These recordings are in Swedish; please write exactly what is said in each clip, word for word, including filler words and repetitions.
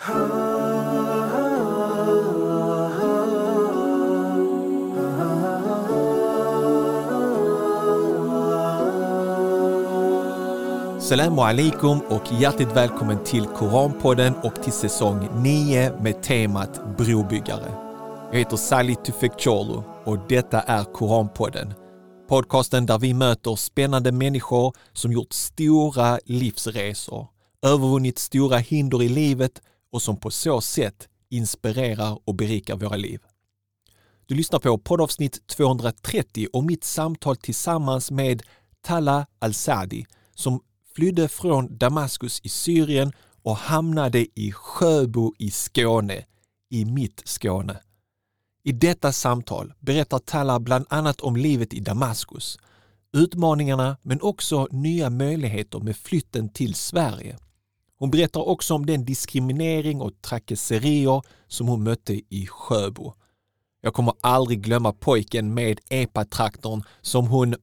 Assalamu alaikum och hjärtligt välkommen till Koranpodden och till säsong nio med temat brobyggare. Jag heter Salih Tufekcioglu och detta är Koranpodden. Podcasten där vi möter spännande människor som gjort stora livsresor, övervunnit stora hinder i livet och som på så sätt inspirerar och berikar våra liv. Du lyssnar på poddavsnitt tvåhundratrettio och mitt samtal tillsammans med Talha Al-Saadi som flydde från Damaskus i Syrien och hamnade i Sjöbo i Skåne, i mitt Skåne. I detta samtal berättar Talha bland annat om livet i Damaskus, utmaningarna men också nya möjligheter med flytten till Sverige. Hon berättar också om den diskriminering och trakasserier som hon mötte i Sjöbo. Jag kommer aldrig glömma pojken med epatraktorn som hon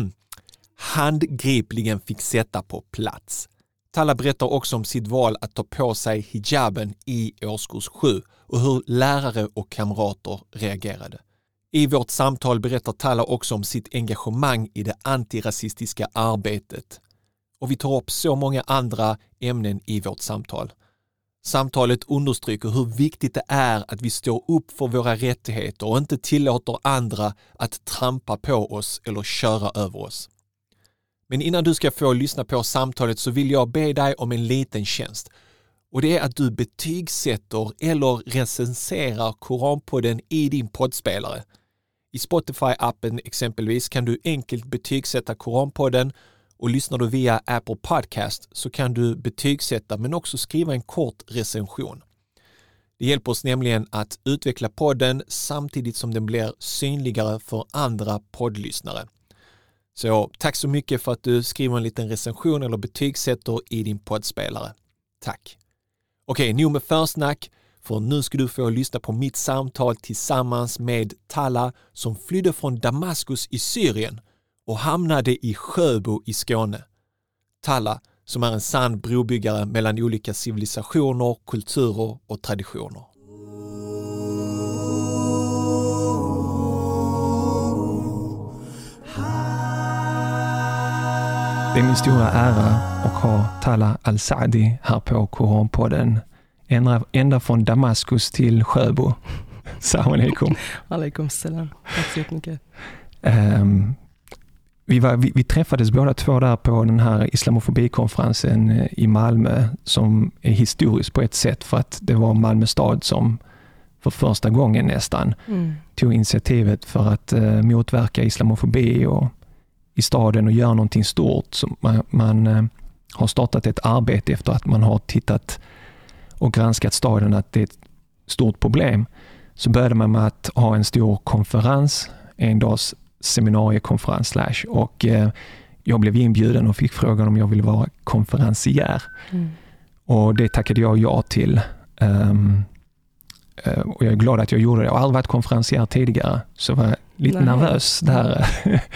handgripligen fick sätta på plats. Talha berättar också om sitt val att ta på sig hijaben i årskurs sju och hur lärare och kamrater reagerade. I vårt samtal berättar Talha också om sitt engagemang i det antirasistiska arbetet. Och vi tar upp så många andra ämnen i vårt samtal. Samtalet understryker hur viktigt det är att vi står upp för våra rättigheter och inte tillåter andra att trampa på oss eller köra över oss. Men innan du ska få lyssna på samtalet så vill jag be dig om en liten tjänst. Och det är att du betygsätter eller recenserar Koranpodden i din poddspelare. I Spotify-appen exempelvis kan du enkelt betygsätta Koranpodden och lyssnar du via Apple Podcast så kan du betygsätta men också skriva en kort recension. Det hjälper oss nämligen att utveckla podden samtidigt som den blir synligare för andra poddlyssnare. Så tack så mycket för att du skriver en liten recension eller betygsätter i din poddspelare. Tack. Okej, nu med försnack, för nu ska du få lyssna på mitt samtal tillsammans med Talha som flydde från Damaskus i Syrien och hamnade i Sjöbo i Skåne. Talha som är en sann brobyggare mellan olika civilisationer, kulturer och traditioner. Det är min stora ära att ha Talha Al-Saadi här på Koranpodden. Ända, ända från Damaskus till Sjöbo. Salam alaikum. Alaikum salam. Tack så jättemycket. Um, vi, var, vi, vi träffades båda två där på den här islamofobikonferensen i Malmö som är historisk på ett sätt för att det var Malmö stad som för första gången nästan mm. tog initiativet för att uh, motverka islamofobi och i staden och gör någonting stort. Så man, man eh, har startat ett arbete efter att man har tittat och granskat staden att det är ett stort problem. Så började man med att ha en stor konferens, en dags seminariekonferens slash och eh, jag blev inbjuden och fick frågan om jag ville vara konferencier. Mm. Och det tackade jag ja till. Um, uh, och jag är glad att jag gjorde det. Jag har aldrig varit konferencier tidigare så jag var lite Nej. nervös där.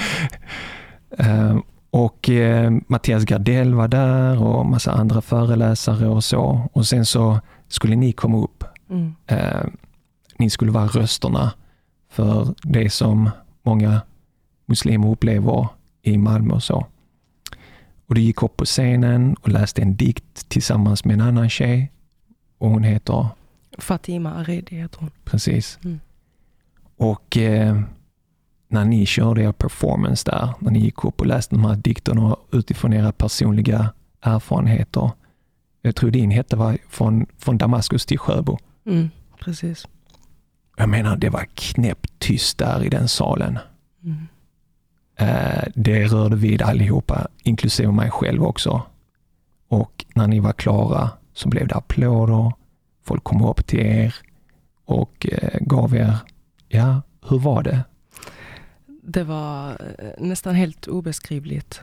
Uh, och uh, Mattias Gardell var där och massa andra föreläsare och så. Och sen så skulle ni komma upp. Mm. Uh, ni skulle vara rösterna för det som många muslimer upplever i Malmö och så. Och du gick upp på scenen och läste en dikt tillsammans med en annan tjej. Och hon heter? Fatima Aredi heter hon. Precis. Mm. Och uh, när ni körde er performance där, när ni gick upp och läste de här dikterna utifrån era personliga erfarenheter. Jag tror din hette var från, från Damaskus till Sjöbo. Mm, precis. Jag menar, det var knäppt tyst där i den salen. Mm. Eh, det rörde vid allihopa, inklusive mig själv också. Och när ni var klara så blev det applåder. Folk kom upp till er och eh, gav er, ja, hur var det? Det var nästan helt obeskrivligt.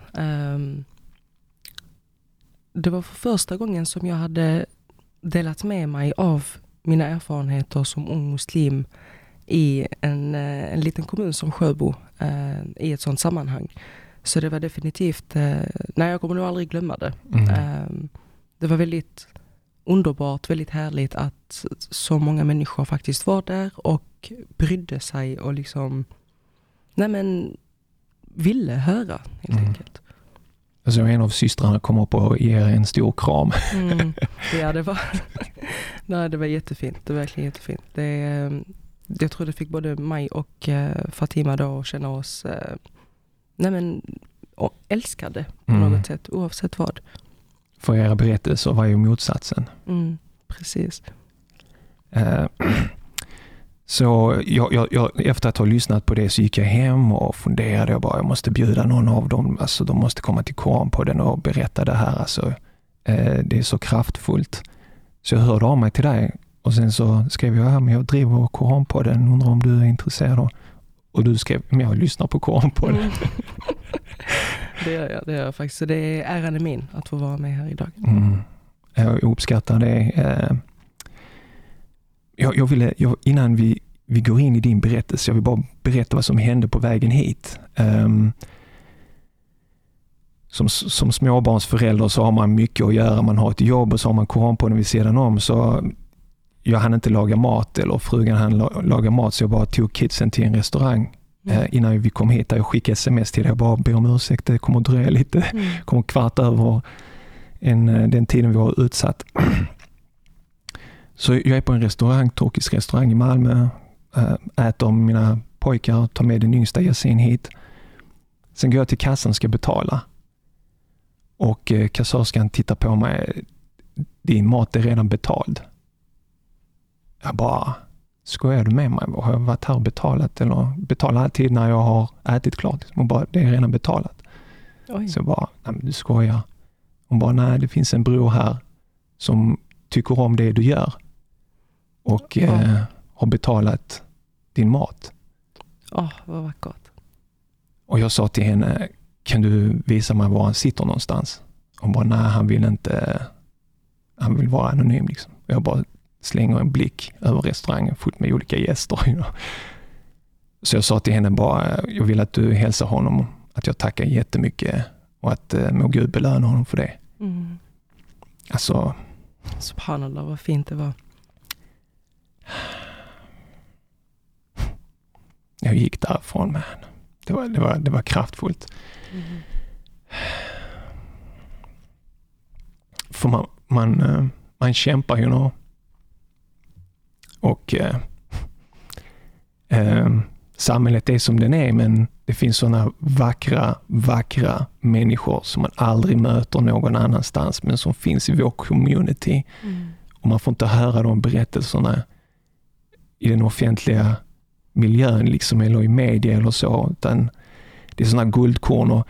Det var för första gången som jag hade delat med mig av mina erfarenheter som ung muslim i en, en liten kommun som Sjöbo i ett sådant sammanhang. Så det var definitivt, nej jag kommer nog aldrig glömma det. Mm. Det var väldigt underbart, väldigt härligt att så många människor faktiskt var där och brydde sig och liksom, nej men, ville höra helt mm. enkelt. Så en av systrarna kom upp och ger en stor kram. Mm. Ja, det var, nej, det var jättefint. Det var verkligen jättefint. Det, jag tror det fick både mig och uh, Fatima då att känna oss uh, nej men, och älskade på mm. något sätt, oavsett vad. För era berättelser var ju motsatsen. Mm, precis. Uh, så jag, jag, jag, efter att ha lyssnat på det så gick jag hem och funderade. Jag bara, jag måste bjuda någon av dem. Alltså, de måste komma till Koranpodden och berätta det här. Alltså, uh, det är så kraftfullt. Så jag hörde av mig till dig. Och sen så skrev jag, men jag driver Koranpodden. Undrar om du är intresserad av. Och du skrev, men jag lyssnar på Koranpodden. Mm. Det gör jag, det gör jag faktiskt. Så det är äran är min att få vara med här idag. Mm. Jag uppskattar det. Jag, jag ville, jag, innan vi, vi går in i din berättelse, jag vill bara berätta vad som hände på vägen hit. Um, som, som småbarnsförälder så har man mycket att göra. Man har ett jobb och så har man Koranpodden vid sidan om. Så jag hann inte laga mat eller frugan hann laga mat, så jag bara tog kidsen till en restaurang. Mm. Eh, innan vi kom hit, där jag skickade sms till dig. Jag bara ber om ursäkt, det kommer att dröja lite. Mm. kommer kvart över en, den tiden vi var utsatt. Så jag är på en restaurang, turkisk restaurang i Malmö. Äh, äter med mina pojkar, tar med den yngsta Yasin hit. Sen går jag till kassan och ska betala. Och eh, kassörskan tittar på mig. Din mat är redan betald. Jag bara, skojar du med mig? Har jag varit här och betalat? Eller betalat alltid när jag har ätit klart? Hon bara, det är redan betalat. Oj. Så jag bara, nej men du skojar. Hon bara, nej det finns en bror här som tycker om det du gör. Och ja. eh, har betalat din mat. Åh, oh, vad vackert. Och jag sa till henne, kan du visa mig var han sitter någonstans? Hon bara, nej han vill inte, han vill vara anonym liksom. Jag bara slänger en blick över restaurangen fullt med olika gäster. You know. Så jag sa till henne bara, jag vill att du hälsar honom att jag tackar jättemycket och att eh, må Gud belöna honom för det. Mm. Alltså, subhanallah, vad fint det var. Jag gick därifrån med henne. Det var, det var, det var kraftfullt. Mm. För man, man, man kämpar ju nå. Och eh, eh, samhället är som den är, men det finns sådana vackra, vackra människor som man aldrig möter någon annanstans, men som finns i vår community. Mm. Och man får inte höra de berättelserna i den offentliga miljön liksom, eller i media eller så, utan det är sådana guldkorn. Och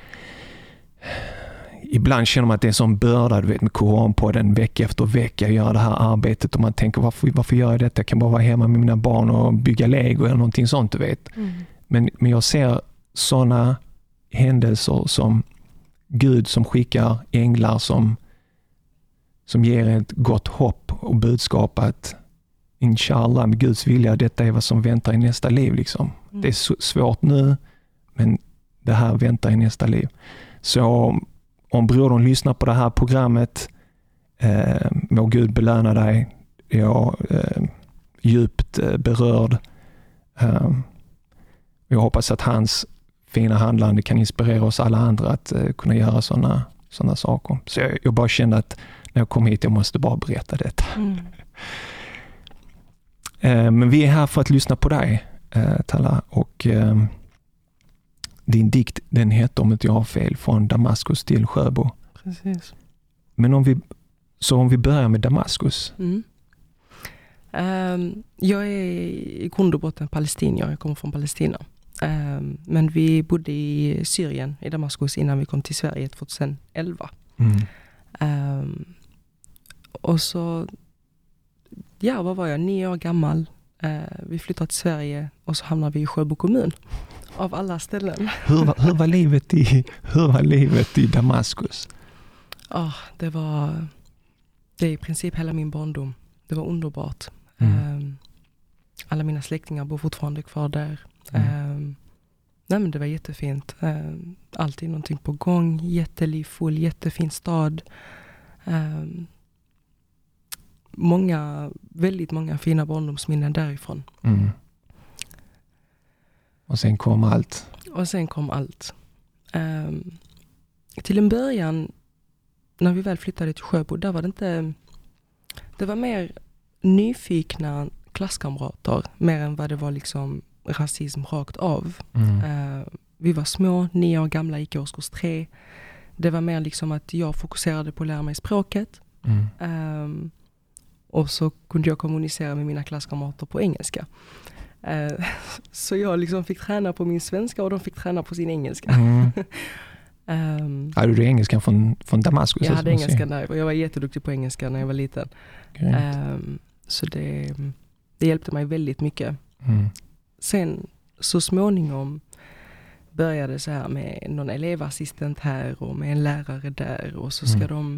ibland känner man att det är en sån börda, du vet, med Koranpodden vecka efter vecka, göra det här arbetet, och man tänker, varför, varför gör jag detta? Jag kan bara vara hemma med mina barn och bygga Lego eller någonting sånt, du vet. Mm. Men, men jag ser sådana händelser som Gud som skickar änglar som, som ger ett gott hopp och budskap att inshallah, med Guds vilja, detta är vad som väntar i nästa liv liksom. Mm. Det är svårt nu, men det här väntar i nästa liv. Så om brodern lyssnar på det här programmet, eh, må Gud belöna dig. Jag är eh, djupt eh, berörd. Eh, jag hoppas att hans fina handlande kan inspirera oss alla andra att eh, kunna göra sådana sådana saker. Så jag, jag bara kände att när jag kom hit, jag måste bara berätta detta. Mm. eh, men vi är här för att lyssna på dig, eh, Talha, och eh, din dikt, den heter, om inte jag har fel, Från Damaskus till Sjöbo. Precis. Men om vi, så om vi börjar med Damaskus. Mm. Um, jag är i grund och botten palestinier, jag kommer från Palestina. Um, men vi bodde i Syrien, i Damaskus, innan vi kom till Sverige tjugoelva. Mm. Um, och så, ja, vad var jag? Nio år gammal. Uh, vi flyttade till Sverige och så hamnade vi i Sjöbo kommun. Av alla ställen. Hur var, hur var, livet, i, hur var livet i Damaskus? Oh, det var det är i princip hela min barndom. Det var underbart. Mm. Um, alla mina släktingar bor fortfarande kvar där. Mm. Um, nej, men det var jättefint. Um, alltid någonting på gång. Jättelivfull, jättefin stad. Um, många, väldigt många fina barndomsminnen därifrån. Mm. Och sen kom allt. Och sen kom allt. Um, till en början, när vi väl flyttade till Sjöbo, där var det inte... Det var mer nyfikna klasskamrater, mer än vad det var liksom rasism rakt av. Mm. Uh, vi var små, nio år gamla, gick i årskurs tre. Det var mer liksom att jag fokuserade på att lära mig språket. Mm. Um, och så kunde jag kommunicera med mina klasskamrater på engelska. Uh, så jag liksom fick träna på min svenska och de fick träna på sin engelska. Mm. um, Hade du engelskan från, från Damaskus? jag hade engelska där och jag var jätteduktig på engelska när jag var liten. Um, så det, det hjälpte mig väldigt mycket. Mm. Sen så småningom började så här med någon elevassistent här och med en lärare där och så ska Mm. de...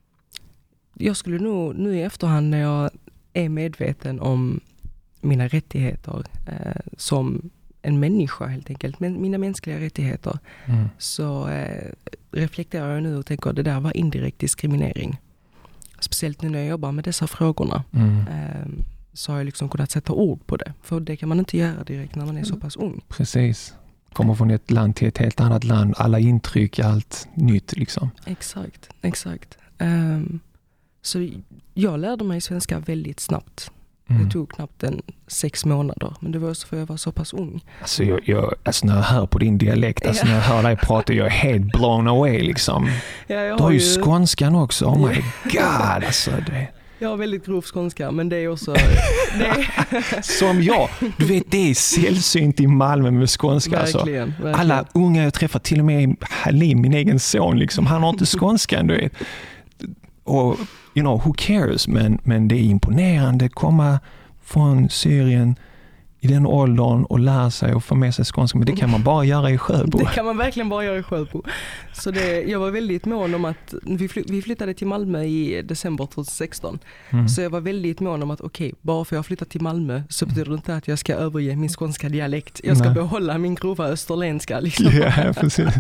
Jag skulle nog nu i efterhand när jag är medveten om mina rättigheter eh, som en människa helt enkelt, men mina mänskliga rättigheter, Mm. så eh, reflekterar jag nu och tänker att det där var indirekt diskriminering. Speciellt nu när jag jobbar med dessa frågorna. Mm. Eh, så har jag liksom kunnat sätta ord på det. För det kan man inte göra direkt när man är så pass ung. Precis. Kommer från ett land till ett helt annat land. Alla intryck, allt nytt liksom. Exakt, exakt. Um, så jag lärde mig svenska väldigt snabbt. Mm. Det tog knappt en sex månader. Men det var också för att jag var så pass ung. Alltså, jag, jag, alltså när jag hör på din dialekt, alltså när jag hör dig prata, jag är helt blown away liksom. Ja, jag Du har ju ju, skånskan också, oh my god. Alltså, det... Jag har väldigt grov skånska, men det är också... det är... Som jag. Du vet, det är sällsynt i Malmö med skånska. Alltså. Verkligen, verkligen. Alla unga jag träffar, till och med Halim, min egen son, liksom, han har inte skånskan, du vet. Och, you know, who cares? Men, men det är imponerande komma från Syrien i den åldern och lära sig och få med sig skånska. Men det kan man bara göra i Sjöbo. Det kan man verkligen bara göra i Sjöbo. Så det, jag var väldigt mån om att... Vi, fly, vi flyttade till Malmö i december tjugohundrasexton. Mm. Så jag var väldigt mån om att okej, okay, bara för jag har flyttat till Malmö så betyder det inte att jag ska överge min skånska dialekt. Jag ska Nej. behålla min grova österländska. Liksom. Ja, precis.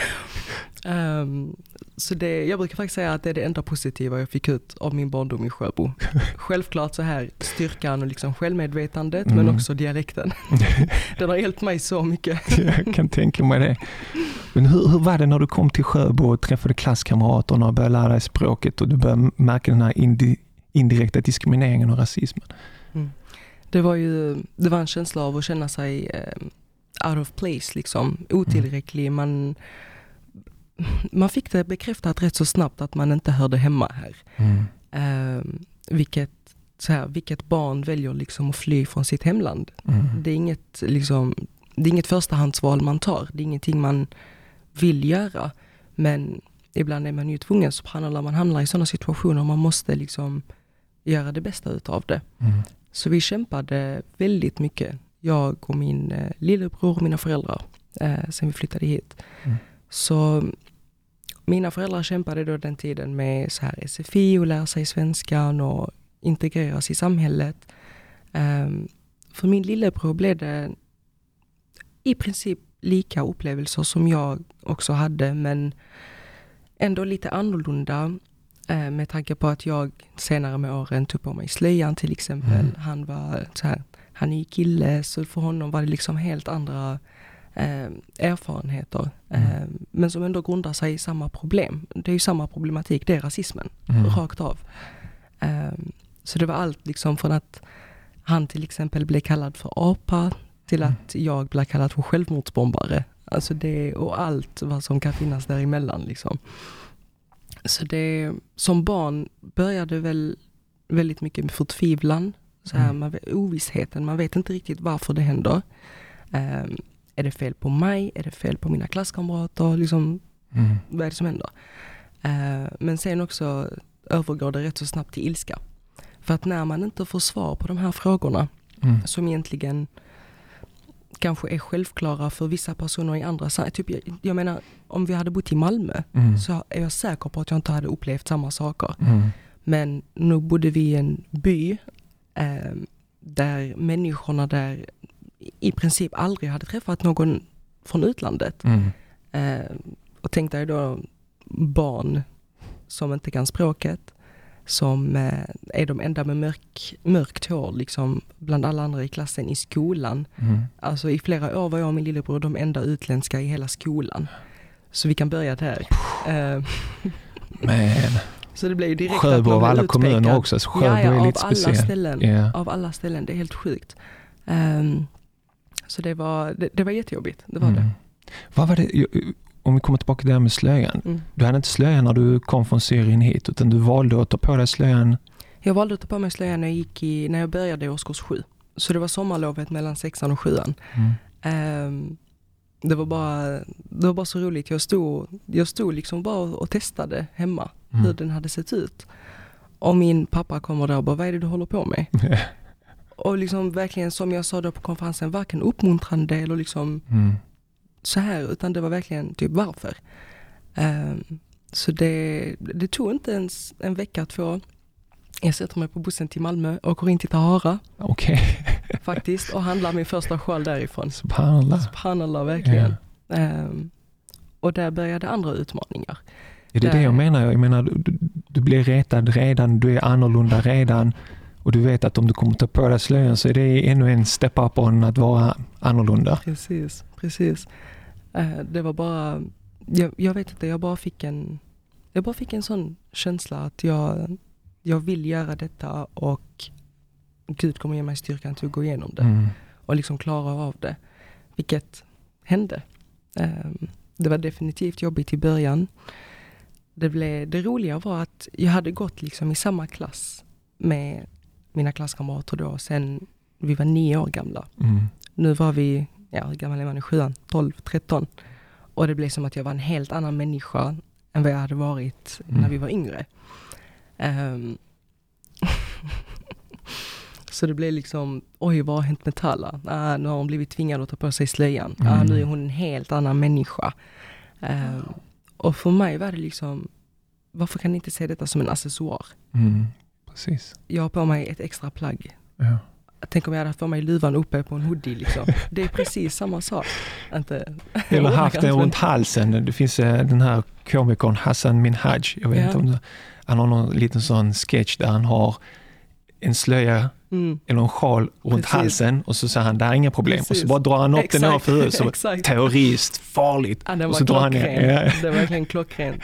um, så det, jag brukar faktiskt säga att det är det enda positiva jag fick ut av min barndom i Sjöbo. Självklart så här styrkan och liksom självmedvetandet, mm. men också dialekten. Den har hjälpt mig så mycket. Jag kan tänka mig det. Men hur, hur var det när du kom till Sjöbo och träffade klasskamraterna och började lära dig språket och du började märka den här indi, indirekta diskrimineringen och rasismen? Mm. Det var ju det var en känsla av att känna sig eh, out of place, liksom, otillräcklig. Mm. Man Man fick det bekräftat rätt så snabbt att man inte hörde hemma här. Mm. Eh, vilket, så här, vilket barn väljer liksom att fly från sitt hemland. Mm. Det är inget, liksom, det är inget förstahandsval man tar. Det är ingenting man vill göra. Men ibland är man ju tvungen, subhanallah, man hamnar i sådana situationer och man måste liksom göra det bästa utav det. Mm. Så vi kämpade väldigt mycket. Jag och min eh, lillebror och mina föräldrar eh, sen vi flyttade hit. Mm. Så mina föräldrar kämpade då den tiden med så här S F I och lära sig svenskan och integreras i samhället. Um, för min lillebror blev det i princip lika upplevelser som jag också hade, men ändå lite annorlunda uh, med tanke på att jag senare med åren tog på mig slöjan till exempel. Mm. Han var så här, han är ju kille, så för honom var det liksom helt andra Eh, erfarenheter, mm. eh, men som ändå grundar sig i samma problem. Det är ju samma problematik, det är rasismen, mm. rakt av. Eh, så det var allt liksom från att han till exempel blev kallad för apa till mm. att jag blev kallad för självmordsbombare. Alltså det, och allt vad som kan finnas däremellan liksom. Så det, som barn började väl väldigt mycket med förtvivlan, så här, mm. man, ovissheten, man vet inte riktigt varför det händer. Eh, Är det fel på mig? Är det fel på mina klasskamrater? Liksom, mm. vad är det som händer? Uh, men sen också övergår det rätt så snabbt till ilska. För att när man inte får svar på de här frågorna, mm. som egentligen kanske är självklara för vissa personer i andra. Typ, jag, jag menar, om vi hade bott i Malmö mm. så är jag säker på att jag inte hade upplevt samma saker. Mm. Men nu bodde vi i en by uh, där människorna där i princip aldrig hade träffat någon från utlandet. Mm. Eh, och tänkte jag då barn som inte kan språket, som eh, är de enda med mörk, mörkt hår liksom, bland alla andra i klassen i skolan. Mm. Alltså i flera år var jag och min lillebror de enda utländska i hela skolan. Så vi kan börja där. uh, Men så det blev ju direkt Sjöbo av alla utpekad. kommuner också. Så Sjöbo ja, ja, är av lite alla speciell. Ställen, Yeah. Av alla ställen, det är helt sjukt. Um, så det var, det, det var jättejobbigt, det var Mm. det. Vad var det? Om vi kommer tillbaka till det här med slöjan. Mm. Du hade inte slöjan när du kom från Syrien hit, utan du valde att ta på dig slöjan. Jag valde att ta på mig slöjan när jag, gick i, när jag började i årskurs sju. Så det var sommarlovet mellan sexan och sjuan. Mm. Um, det, var bara, det var bara så roligt. Jag stod, jag stod liksom bara och testade hemma Mm. hur den hade sett ut. Och min pappa kommer där och bara, vad är det du håller på med? Och liksom verkligen, som jag sa då på konferensen, varken uppmuntrande eller liksom Mm. så här, utan det var verkligen typ varför. Um, så det, det tog inte ens en vecka, två. Jag sätter mig på bussen till Malmö och går in till Tahara. Okej. Faktiskt, och handlar min första sjal därifrån. Subhanallah. Subhanallah, verkligen. Yeah. Um, och där började andra utmaningar. Är det där... det jag menar? Jag menar, du, du blir retad redan, du är annorlunda redan. Och du vet att om du kommer ta på dig slöjan så är det ännu en step up on att vara annorlunda. Precis, precis. Uh, det var bara, jag, jag vet inte, jag bara fick en, jag bara fick en sån känsla att jag, jag vill göra detta och Gud kommer ge mig styrkan till att gå igenom det. Mm. Och liksom klara av det. Vilket hände. Um, det var definitivt jobbigt i början. Det, blev, det roliga var att jag hade gått liksom i samma klass med mina klasskamrater då sen vi var nio år gamla. Mm. Nu var vi, ja, hur gammal är man i sjuan? tolv, tretton. Och det blev som att jag var en helt annan människa än vad jag hade varit Mm. när vi var yngre. Um, så det blev liksom, oj, vad har hänt med Tala? Ah, nu har hon blivit tvingad att ta på sig slöjan. Mm. Ah, nu är hon en helt annan människa. Um, och för mig var det liksom, varför kan ni inte se detta som en accessoar? Mm. Precis. Jag har på mig ett extra plagg. Ja. Tänk om jag hade haft på mig luvan uppe på en hoodie liksom. Det är precis samma sak. Inte, Eller haft den runt halsen. Det finns eh, den här komikern Hassan Minhaj. Jag vet Ja. inte om det, han har någon liten sån sketch där han har en slöja mm. eller en sjal runt Precis. halsen och så säger han, det är inga problem. Precis. Och så bara drar han upp Exakt. den över huvudet som Exakt. terrorist, farligt. Ja, den och var så drar han klockren. ner. Ja. Det var verkligen klockren.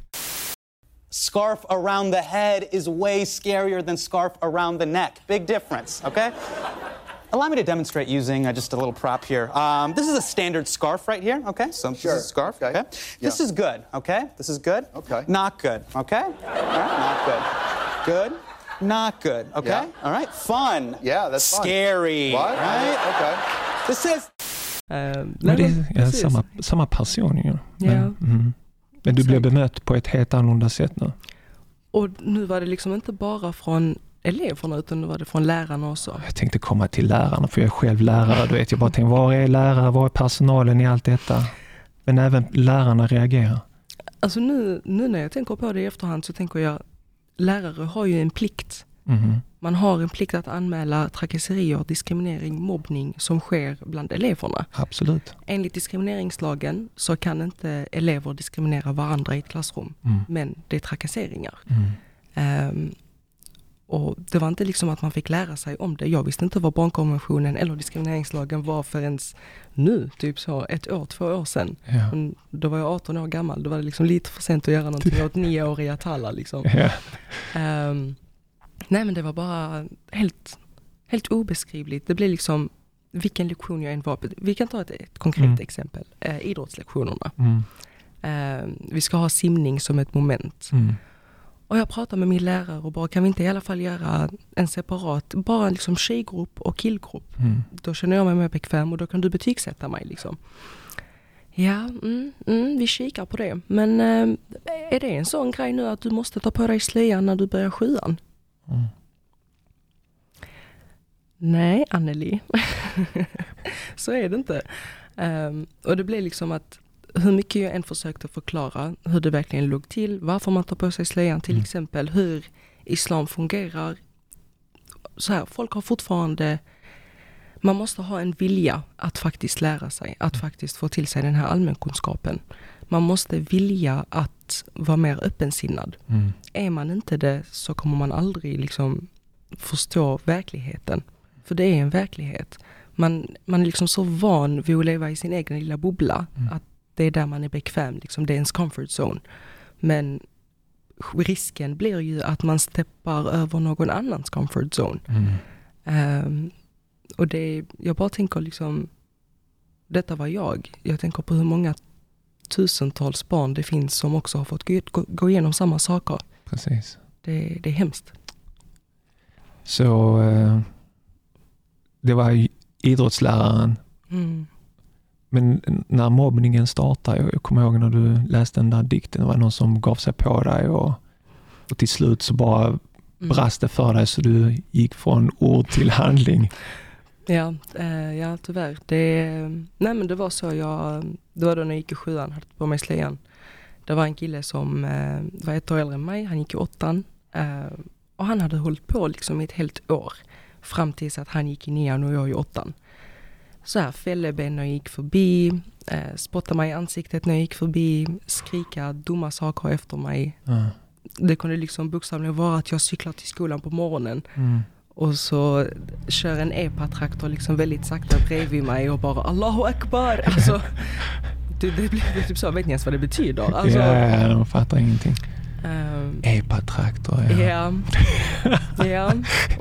Scarf around the head is way scarier than scarf around the neck. Big difference, okay? Allow me to demonstrate using uh, just a little prop here. Um, this is a standard scarf right here, okay? So this Sure. is a scarf, Okay. okay? This Yeah. is good, okay? This is good. Okay. Not good, okay? All right, not good. Good, not good, okay? Yeah. All right, fun. Yeah, that's fun. Scary, What? right? Okay. This is... Uh, Men nej, det är men ja, precis. samma, samma person ju. Men, Ja. mm. Men du blev bemött på ett helt annorlunda sätt nu. Och nu var det liksom inte bara från eleverna utan nu var det från lärarna också. Jag tänkte komma till lärarna för jag är själv lärare. Du vet, jag bara tänkte, var är lärare, var är personalen i allt detta? Men även lärarna reagerar. Alltså nu, nu när jag tänker på det i efterhand så tänker jag, lärare har ju en plikt. Mm. Man har en plikt att anmäla trakasserier, diskriminering, mobbning som sker bland eleverna. Absolut. Enligt diskrimineringslagen så kan inte elever diskriminera varandra i ett klassrum. Mm. Men det är trakasseringar. Mm. Um, och det var inte liksom att man fick lära sig om det. Jag visste inte vad barnkonventionen eller diskrimineringslagen var förrän nu, typ så ett år, två år sedan. Ja. Men då var jag arton år gammal. Då var det liksom lite för sent att göra någonting åt nioåriga Tala liksom. Ja. Um, nej men det var bara helt, helt obeskrivligt. Det blev liksom vilken lektion jag än var på. Vi kan ta ett, ett konkret Mm. exempel. Uh, idrottslektionerna. Mm. Uh, vi ska ha simning som ett moment. Mm. Och jag pratade med min lärare och bara, kan vi inte i alla fall göra en separat, bara liksom tjejgrupp och killgrupp. Mm. Då känner jag mig mer bekväm och då kan du betygsätta mig liksom. Ja, mm, mm, vi kikar på det. Men uh, är det en sån grej nu att du måste ta på dig slöjan när du börjar sjuan? Mm. Nej, Anneli. Så är det inte. Um, och det blev liksom att hur mycket jag än försökte förklara hur det verkligen låg till, varför man tar på sig slöjan till Mm. exempel, hur islam fungerar. Så här, folk har fortfarande, man måste ha en vilja att faktiskt lära sig, att faktiskt få till sig den här allmänkunskapen. man måste vilja att vara mer öppensinnad. Mm. Är man inte det så kommer man aldrig liksom förstå verkligheten. För det är en verklighet. Man, man är liksom så van vid att leva i sin egen lilla bubbla. Mm. Att det är där man är bekväm. Liksom. Det är ens comfort zone. Men risken blir ju att man steppar över någon annans comfort zone. Mm. Um, och det, jag bara tänker liksom, detta var jag. Jag tänker på hur många tusentals barn det finns som också har fått gå, gå, gå igenom samma saker. Precis. Det, det är hemskt. Så eh, det var idrottsläraren. Mm. Men när mobbningen startade, jag, jag kommer ihåg när du läste den där dikten, det var någon som gav sig på dig och, och till slut så bara mm. brast det för dig så du gick från ord till handling. Ja, eh, ja tyvärr. Det, nej men det var så jag, det var då när jag gick i sjuan, hade på mig slöjan. Det var en kille som eh, var ett år äldre än mig, han gick i åttan. Eh, och han hade hållit på liksom i ett helt år. Fram tills att han gick i nian och jag i åttan. Så här fälleben när jag gick förbi, eh, spottade mig i ansiktet när jag gick förbi, skrika dumma saker efter mig. Mm. Det kunde liksom bokstavligen vara att jag cyklar till skolan på morgonen. Mm. Och så kör en epa-traktor liksom väldigt sakta bredvid mig och bara Allahu Akbar. Alltså, det, det blir typ så, jag vet inte ens vad det betyder. Alltså, ja, de fattar ingenting. Um, Epa-traktor, ja. Ja. ja.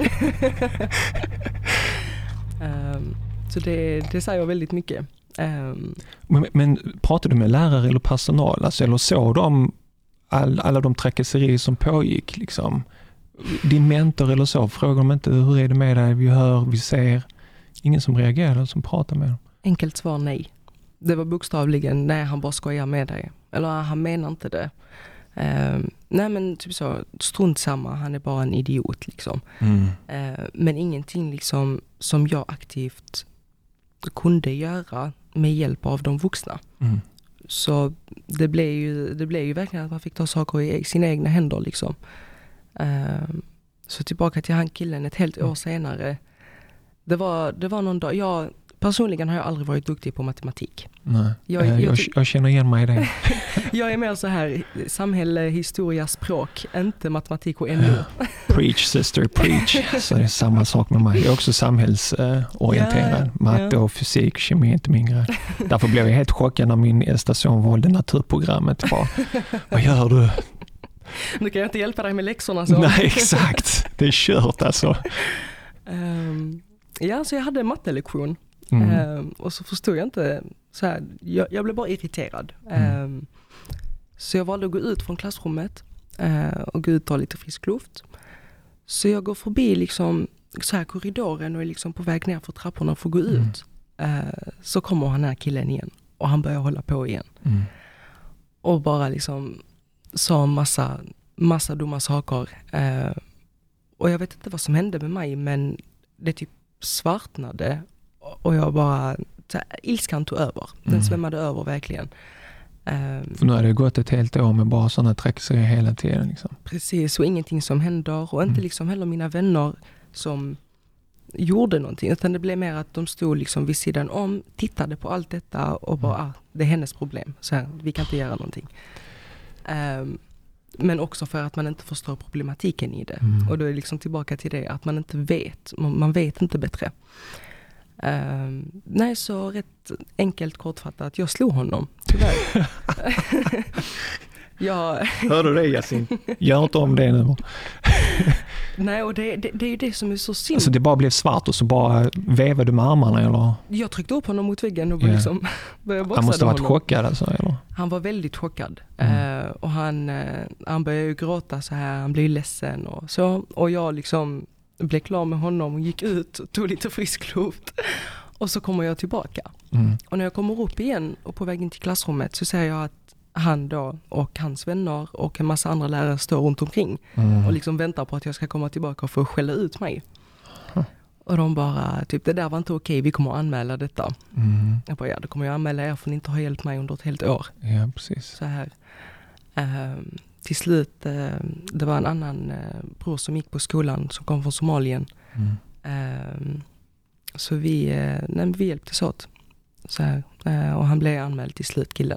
um, så det, det säger väldigt mycket. Um, men, men pratade du med lärare eller personal? Alltså, eller såg de all, alla de trakasserier som pågick? Liksom? Din mentor eller så, frågar de inte hur är det med dig? Vi hör, vi ser. Ingen som reagerar, som pratar med dem. Enkelt svar nej. Det var bokstavligen nej, han bara skojar med dig. Eller han menar inte det. Uh, nej men typ så, strunt samma, han är bara en idiot liksom. Mm. Uh, men ingenting liksom som jag aktivt kunde göra med hjälp av de vuxna. Mm. Så det blev ju, det blev ju verkligen att man fick ta saker i sina egna händer liksom. Uh, så tillbaka till han killen ett helt år mm. senare. Det var, det var någon dag, jag personligen har jag aldrig varit duktig på matematik. Nej, jag, jag, jag, jag känner igen mig i det. Jag är mer så här samhälle, historia, språk, inte matematik och N O. Preach sister, preach. Så det är samma sak med mig. Jag är också samhällsorienterad. Ja, matte och fysik, kemi är inte min grej. Därför blev jag helt chockad när min äldsta son valde naturprogrammet. Bara, vad gör du? Nu kan jag inte hjälpa dig med läxorna. Så. Nej, exakt. Det är kört alltså. Um, ja, så jag hade en mattelektion. Mm. Um, och så förstod jag inte så här, jag, jag blev bara irriterad. Mm. Um, så jag valde att gå ut från klassrummet uh, och gå ut och ta lite frisk luft. Så jag går förbi liksom så här korridoren och är liksom på väg ner för trapporna för att gå Mm. ut. Uh, så kommer han här killen igen och han börjar hålla på igen. Mm. Och bara liksom sa massa, massa dumma saker. Uh, och jag vet inte vad som hände med mig, men det typ svartnade. Och jag bara, så här, ilskan tog över. Den Mm. svämmade över verkligen. Um, För nu har det gått ett helt år med bara sådana trakasserier hela tiden. Liksom. precis, och ingenting som händer. Och inte Mm. liksom heller mina vänner som gjorde någonting. Utan det blev mer att de stod liksom vid sidan om, tittade på allt detta och bara, Mm. ah, det är hennes problem. Så här, vi kan inte göra någonting. Um, men också för att man inte förstår problematiken i det. Mm. Och då är det liksom tillbaka till det, att man inte vet. Man, man vet inte bättre. Um, nej, så rätt enkelt kortfattat, jag slog honom, tyvärr. jag... Hör du det, Yasin? Gör inte om det nu. Nej, och det, det, det är ju det som är så synd. Alltså det bara blev svart och så bara vevade du med armarna, eller? Jag tryckte upp honom mot väggen och Yeah. liksom började boxa Han måste ha varit honom. chockad alltså, eller? Han var väldigt chockad. Mm. Uh, och han, uh, han började ju gråta så här, han blev ledsen och så. Och jag liksom blev klar med honom och gick ut och tog lite frisk luft. Och så kommer jag tillbaka. Mm. Och när jag kommer upp igen och på vägen till klassrummet så ser jag att han då och hans vänner och en massa andra lärare står runt omkring Mm. och liksom väntar på att jag ska komma tillbaka och få skälla ut mig. Huh. Och de bara, typ det där var inte okej, vi kommer att anmäla detta. Mm. Jag bara, ja det kommer jag anmäla er för ni inte har hjälpt mig under ett helt år. Ja, precis. Så här. Um, till slut, um, det var en annan uh, bror som gick på skolan som kom från Somalien. Mm. Um, så vi, uh, nej, vi hjälptes åt. Så här. Uh, och han blev anmäld till slut, killen.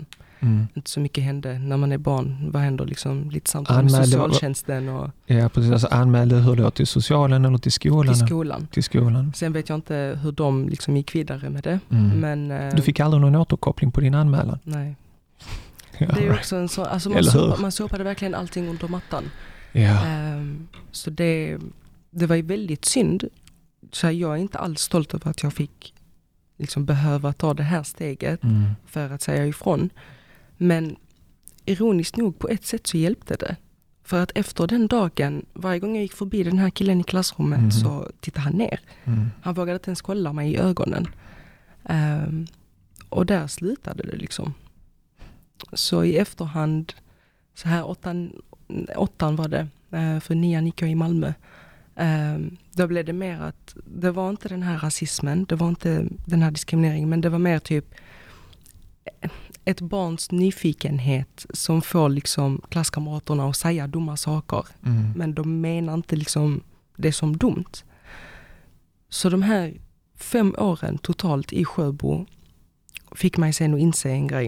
Mm. Inte så mycket hände när man är barn. Vad händer liksom lite samtal med Anmälde- socialtjänsten och Ja, precis. Alltså, anmälde hur då? Till socialen eller till skolan? till skolan. Till skolan. Sen vet jag inte hur de liksom gick vidare med det. Mm. Men, eh, Du fick aldrig någon återkoppling på din anmälan? nej. Ja, Det är ju också en sån, alltså man, Eller hur? sopa, man sopade verkligen allting under mattan. ja. Ehm, så det, det var ju väldigt synd. Så jag är inte alls stolt över att jag fick liksom behöva ta det här steget Mm. för att säga ifrån. Men ironiskt nog på ett sätt så hjälpte det. För att efter den dagen, varje gång jag gick förbi den här killen i klassrummet Mhm. så tittade han ner. Mm. Han vågade inte ens kolla mig i ögonen. Ehm, och där slutade det liksom. Så i efterhand, så här åttan, åttan var det, eh, för nian gick jag i Malmö. Ehm, då blev det mer att, det var inte den här rasismen, det var inte den här diskrimineringen, men det var mer typ ett barns nyfikenhet som får liksom klasskamraterna att säga dumma saker. Mm. Men de menar inte liksom det som dumt. Så de här fem åren totalt i Sjöbo fick mig sen att inse en grej.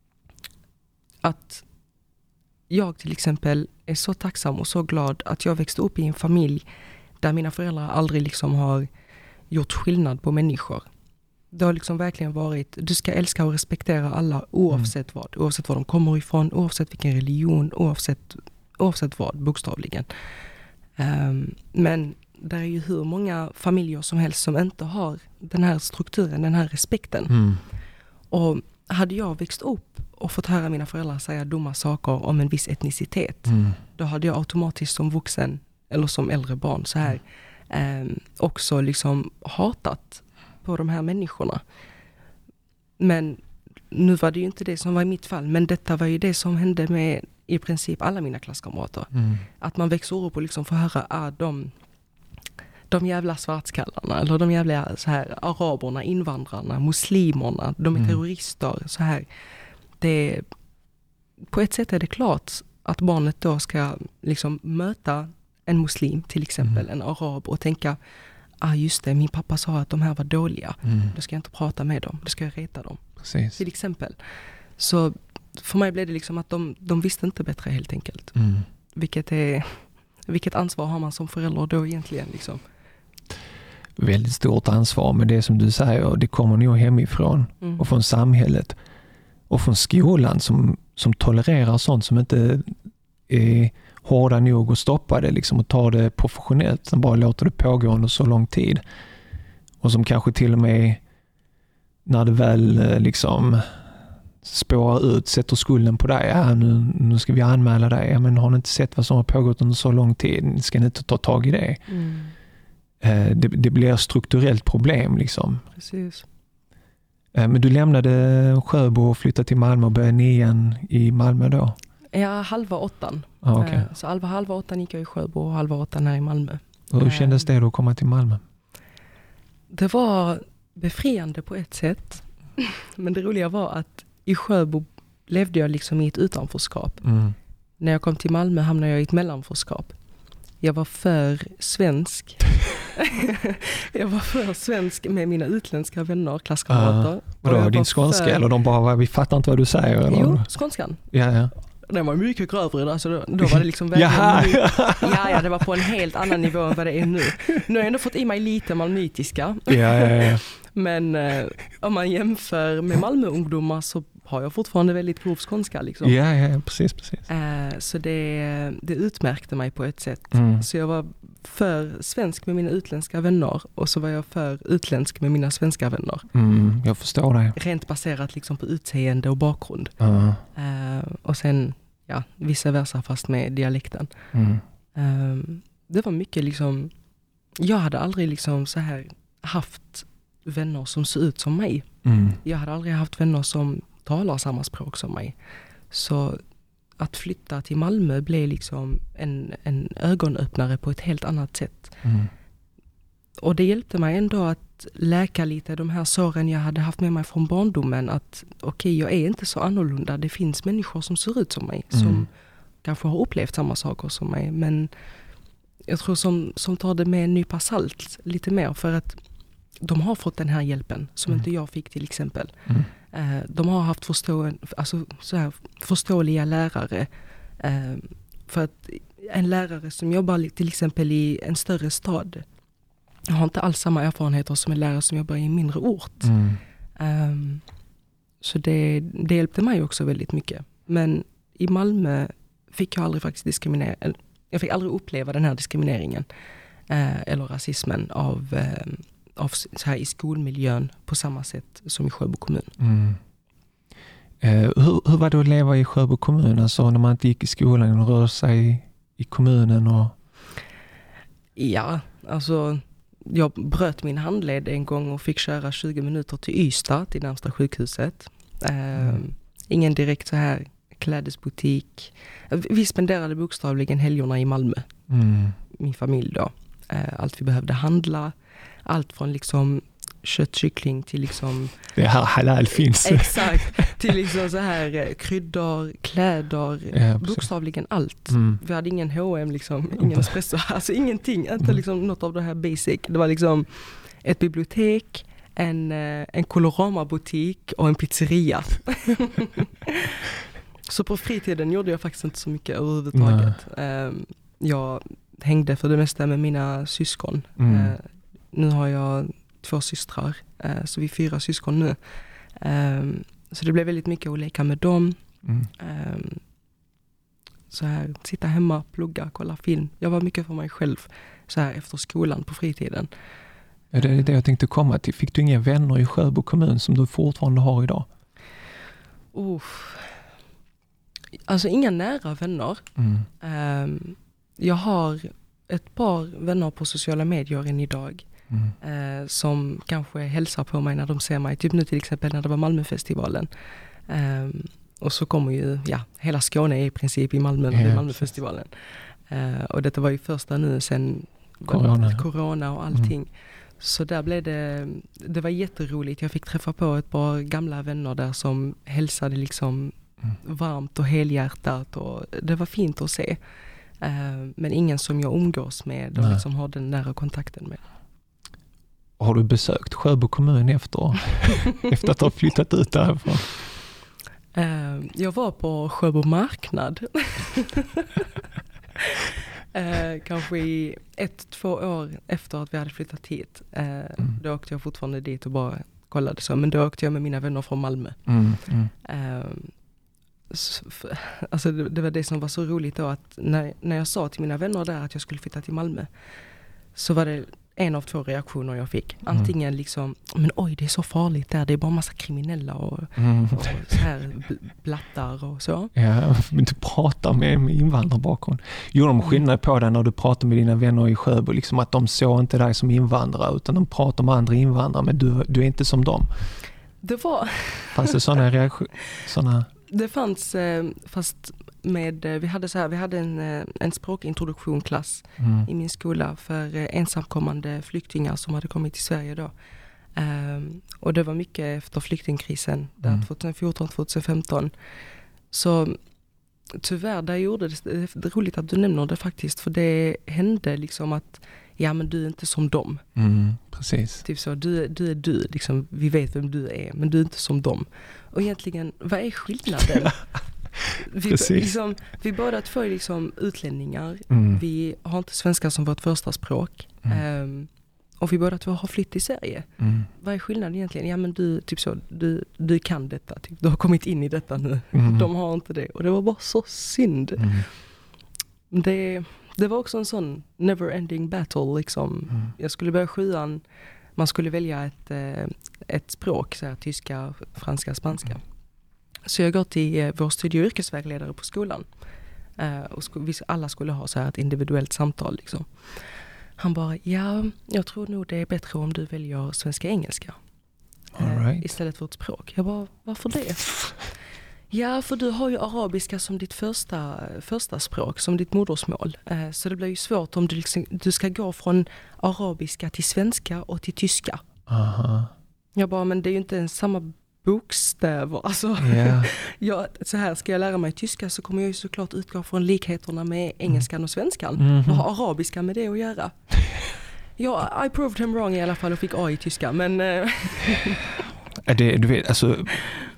Att jag till exempel är så tacksam och så glad att jag växte upp i en familj där mina föräldrar aldrig liksom har gjort skillnad på människor. Det har liksom verkligen varit, du ska älska och respektera alla oavsett vad. Oavsett var de kommer ifrån, oavsett vilken religion, oavsett, oavsett vad, bokstavligen. Um, men det är ju hur många familjer som helst som inte har den här strukturen, den här respekten. Mm. Och hade jag växt upp och fått höra mina föräldrar säga dumma saker om en viss etnicitet, Mm. då hade jag automatiskt som vuxen eller som äldre barn så här eh, också liksom hatat på de här människorna. Men nu var det ju inte det som var i mitt fall, men detta var ju det som hände med i princip alla mina klasskamrater. Mm. Att man växer upp och liksom får höra ah, de, de jävla svartskallarna eller de jävla så här, araberna, invandrarna, muslimerna, de är Mm. terrorister. Så här. Det, på ett sätt är det klart att barnet då ska liksom möta en muslim till exempel, Mm. en arab och tänka ah just det, min pappa sa att de här var dåliga. Mm. Då ska jag inte prata med dem, då ska jag reta dem. Precis. Till exempel. Så för mig blev det liksom att de, de visste inte bättre helt enkelt. Mm. Vilket, är, vilket ansvar har man som förälder då egentligen? Liksom? Väldigt stort ansvar, men det som du säger, det kommer nog hemifrån Mm. och från samhället och från skolan som, som tolererar sånt som inte är hårda nog att stoppa det liksom, och ta det professionellt, som bara låter det pågå under så lång tid. Och som kanske till och med när det väl eh, liksom spårar ut, sätter skulden på dig. Ja, nu, nu ska vi anmäla dig. Ja, men har ni inte sett vad som har pågått under så lång tid? Ska ni inte ta tag i det? Mm. Eh, det, det blir ett strukturellt problem liksom. Precis. Eh, men du lämnade Sjöbo och flyttade till Malmö och började nian i Malmö då? Ja, halva åttan. Ah, okay. Eh, Så halva, halva åttan gick jag i Sjöbo och halva åttan här i Malmö. Och hur kändes det då att komma till Malmö? Det var befriande på ett sätt. Men det roliga var att i Sjöbo levde jag liksom i ett utanförskap. Mm. När jag kom till Malmö hamnade jag i ett mellanförskap. Jag var för svensk. jag var för svensk med mina utländska vänner, klasskamrater. Uh, vadå, din skånska? För... Eller de bara, vi fattar inte vad du säger? Eller? Jo, skånskan. Ja, ja. Den var mycket grövre, alltså då, då var det liksom verkligen... Jaha. ja, ja, det var på en helt annan nivå än vad det är nu. Nu har jag ändå fått i mig lite malmöitiska. ja, ja, ja. Men eh, om man jämför med Malmö-ungdomar så har jag fortfarande väldigt grov skånska. Liksom. Ja, ja, precis, precis. Eh, så det, det utmärkte mig på ett sätt. Mm. Så jag var för svensk med mina utländska vänner och så var jag för utländsk med mina svenska vänner. Mm, jag förstår det. Rent baserat liksom på utseende och bakgrund. Uh, Eh, och sen, ja, vice versa fast med dialekten. mm. Eh, det var mycket liksom, jag hade aldrig liksom så här haft vänner som ser ut som mig. Mm. Jag hade aldrig haft vänner som talar samma språk som mig. Så att flytta till Malmö blev liksom en, en ögonöppnare på ett helt annat sätt. Mm. Och det hjälpte mig ändå att läka lite de här såren jag hade haft med mig från barndomen. Att okej, okay, jag är inte så annorlunda. Det finns människor som ser ut som mig. Mm. Som kanske har upplevt samma saker som mig. Men jag tror som, som tar det med en nypa salt lite mer. För att de har fått den här hjälpen som Mm. inte jag fick till exempel. Mm. Eh, de har haft förstå, alltså, så här, förståeliga lärare. Eh, för att en lärare som jobbar till exempel i en större stad har inte alls samma erfarenheter som en lärare som jobbar i en mindre ort. Mm. Um, så det, det hjälpte mig också väldigt mycket. Men i Malmö fick jag aldrig faktiskt diskriminera, jag fick aldrig uppleva den här diskrimineringen eh, eller rasismen av, eh, av så här i skolmiljön på samma sätt som i Sjöbo kommun. Mm. Eh, hur, hur var det att leva i Sjöbo kommun, alltså när man inte gick i skolan och rörde sig i kommunen? Och... Ja, alltså jag bröt min handled en gång och fick köra tjugo minuter till Ystad, till närmsta sjukhuset. Eh, mm. Ingen direkt så här klädesbutik. Vi spenderade bokstavligen helgerna i Malmö. Mm. Min familj då. Allt vi behövde handla. Allt från liksom köttkyckling till liksom... Det här halal finns. Exakt. Till liksom så här kryddor, kläder. Ja, bokstavligen allt. Mm. Vi hade ingen H och M liksom. Ingen espresso. Alltså ingenting. Inte liksom något av det här basic. Det var liksom ett bibliotek, en, en Colorama-butik och en pizzeria. Så på fritiden gjorde jag faktiskt inte så mycket överhuvudtaget. Um, jag hängde för det mesta med mina syskon. Mm. Uh, nu har jag två systrar, uh, så vi är fyra syskon nu. Um, så det blev väldigt mycket att leka med dem. Mm. Um, så här, sitta hemma, plugga, kolla film. Jag var mycket för mig själv så här efter skolan på fritiden. Ja, det är det jag tänkte komma till. Fick du inga vänner i Sjöbo kommun som du fortfarande har idag? Uff. Alltså inga nära vänner. Mm. Um, jag har ett par vänner på sociala medier än idag. Mm. Uh, som kanske hälsar på mig när de ser mig. Typ nu till exempel när det var Malmöfestivalen. Um, och så kommer ju, ja, hela Skåne är i princip i Malmö när det är Malmöfestivalen. Uh, och detta var ju första nu sen corona, corona och allting. Mm. Så där blev det, det var jätteroligt. Jag fick träffa på ett par gamla vänner där som hälsade liksom mm. varmt och helhjärtat, och det var fint att se. Uh, men ingen som jag umgås med och liksom har den nära kontakten med. Har du besökt Sjöbo kommun efter, efter att ha flyttat ut därifrån? Uh, jag var på Sjöbo marknad. Uh, kanske i ett, två år efter att vi hade flyttat hit. Uh, mm. Då åkte jag fortfarande dit och bara kollade så. Men då åkte jag med mina vänner från Malmö. Mm, mm. Uh, så, för, alltså det, det var det som var så roligt då, att när, när jag sa till mina vänner där att jag skulle flytta till Malmö, så var det en av två reaktioner jag fick. Antingen mm. liksom, men oj, det är så farligt där, det är bara massa kriminella och, mm. och så här blattar och så. Ja, men du pratar med, med invandrarbakgrund. Gjorde de skillnad på det när du pratar med dina vänner i Sjöbo, liksom att de såg inte dig som invandrare utan de pratar med andra invandrare, men du, du är inte som dem? Det var... Fanns det sådana reaktioner? Såna... Det fanns, fast med, vi hade så här, vi hade en, en språkintroduktionklass mm. i min skola för ensamkommande flyktingar som hade kommit till Sverige då. Um, och det var mycket efter flyktingkrisen där mm. tjugohundrafjorton tjugohundrafemton. Så tyvärr, där gjorde det, det är roligt att du nämner det faktiskt, för det hände liksom att ja, men du är inte som dem. Mm, precis. Typ så, du, du är du, liksom, vi vet vem du är, men du är inte som dem. Och egentligen, vad är skillnaden? vi, liksom, vi båda två är liksom utlänningar. Mm. Vi har inte svenska som vårt första språk. Mm. Um, och vi båda två har flytt till Sverige. Mm. Vad är skillnaden egentligen? Ja, men du, typ så, du, du kan detta. Typ. Du har kommit in i detta nu. Mm. De har inte det. Och det var bara så synd. Mm. Det, det var också en sån never-ending battle. Liksom. Mm. Jag skulle börja sjuan. Man skulle välja ett, ett språk. Så här, tyska, franska, spanska. Mm. Så jag går till vår studie- och yrkesvägledare på skolan. Uh, och sk- vi alla skulle ha så här ett individuellt samtal. Liksom. Han bara, ja, jag tror nog det är bättre om du väljer svenska-engelska. Uh, right. Istället för ett språk. Jag bara, varför det? Ja, för du har ju arabiska som ditt första, första språk, som ditt modersmål. Uh, så det blir ju svårt om du, liksom, du ska gå från arabiska till svenska och till tyska. Uh-huh. Jag bara, men det är ju inte samma bokstäver. Alltså, yeah. jag, så här, ska jag lära mig tyska så kommer jag ju såklart utgå från likheterna med engelskan och svenskan. Mm-hmm. Vad har arabiska med det att göra? Ja, I proved him wrong i alla fall och fick A i tyska, men... det, du vet, alltså,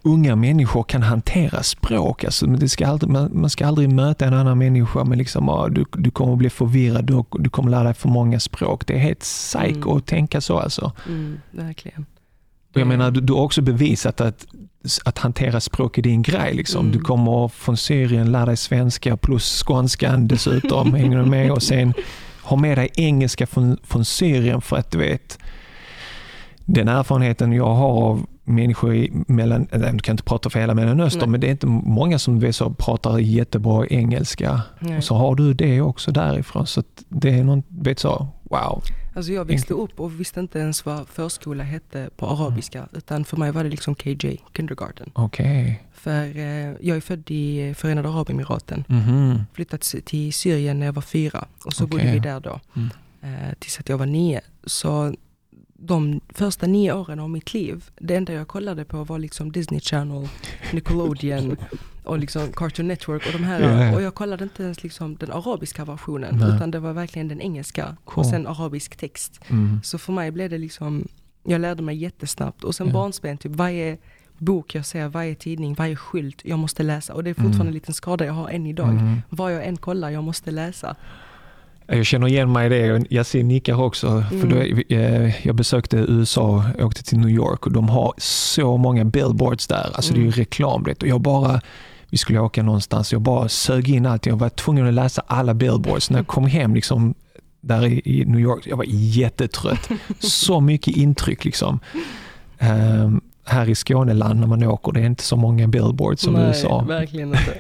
unga människor kan hantera språk. Alltså, det ska aldrig, man, man ska aldrig möta en annan människa med liksom, ah, du, du kommer bli förvirrad, du, du kommer lära dig för många språk. Det är helt psycho mm. att tänka så. Alltså. Mm, verkligen. Och jag menar, du, du har också bevisat att, att hantera språk är din grej. Liksom. Mm. Du kommer från Syrien, lära dig svenska plus skånskan dessutom, hänger du med? Och sen ha med dig engelska från, från Syrien, för att du vet, den erfarenheten jag har av människor i mellan, jag kan inte prata för hela Mellanöstern, men det är inte många som vet så pratar jättebra engelska. Nej. Och så har du det också därifrån, så att det är någon, vet så, wow. Alltså jag växte upp och visste inte ens vad förskola hette på arabiska, mm. utan för mig var det liksom K J, kindergarten. Okej. Okay. För eh, jag är född i Förenade Arabemiraten. Mm-hmm. Flyttade till Syrien när jag var fyra och så okay. bodde vi där då. Mm. Eh, tills att jag var nio. Så de första nio åren av mitt liv, det enda jag kollade på var liksom Disney Channel, Nickelodeon och liksom Cartoon Network och de här. Yeah. Och jag kollade inte ens liksom den arabiska versionen, Nej. utan det var verkligen den engelska cool. och sen arabisk text. Mm. Så för mig blev det liksom, jag lärde mig jättesnabbt. Och sen yeah. barnsben, typ varje bok jag ser, varje tidning, varje skylt jag måste läsa. Och det är fortfarande mm. en liten skada jag har än idag. Mm. Vad jag än kollar, jag måste läsa. Jag känner igen mig i det. Jag ser nickar också. Mm. För då, jag besökte U S A och åkte till New York och de har så många billboards där. Alltså mm. det är ju reklam. Och jag bara, vi skulle åka någonstans. Jag bara sög in allt. Jag var tvungen att läsa alla billboards. När jag kom hem liksom, där i, i New York, jag var jättetrött. Så mycket intryck liksom. Um, här i Skåneland när man åker, det är inte så många billboards som Nej, U S A. Verkligen inte.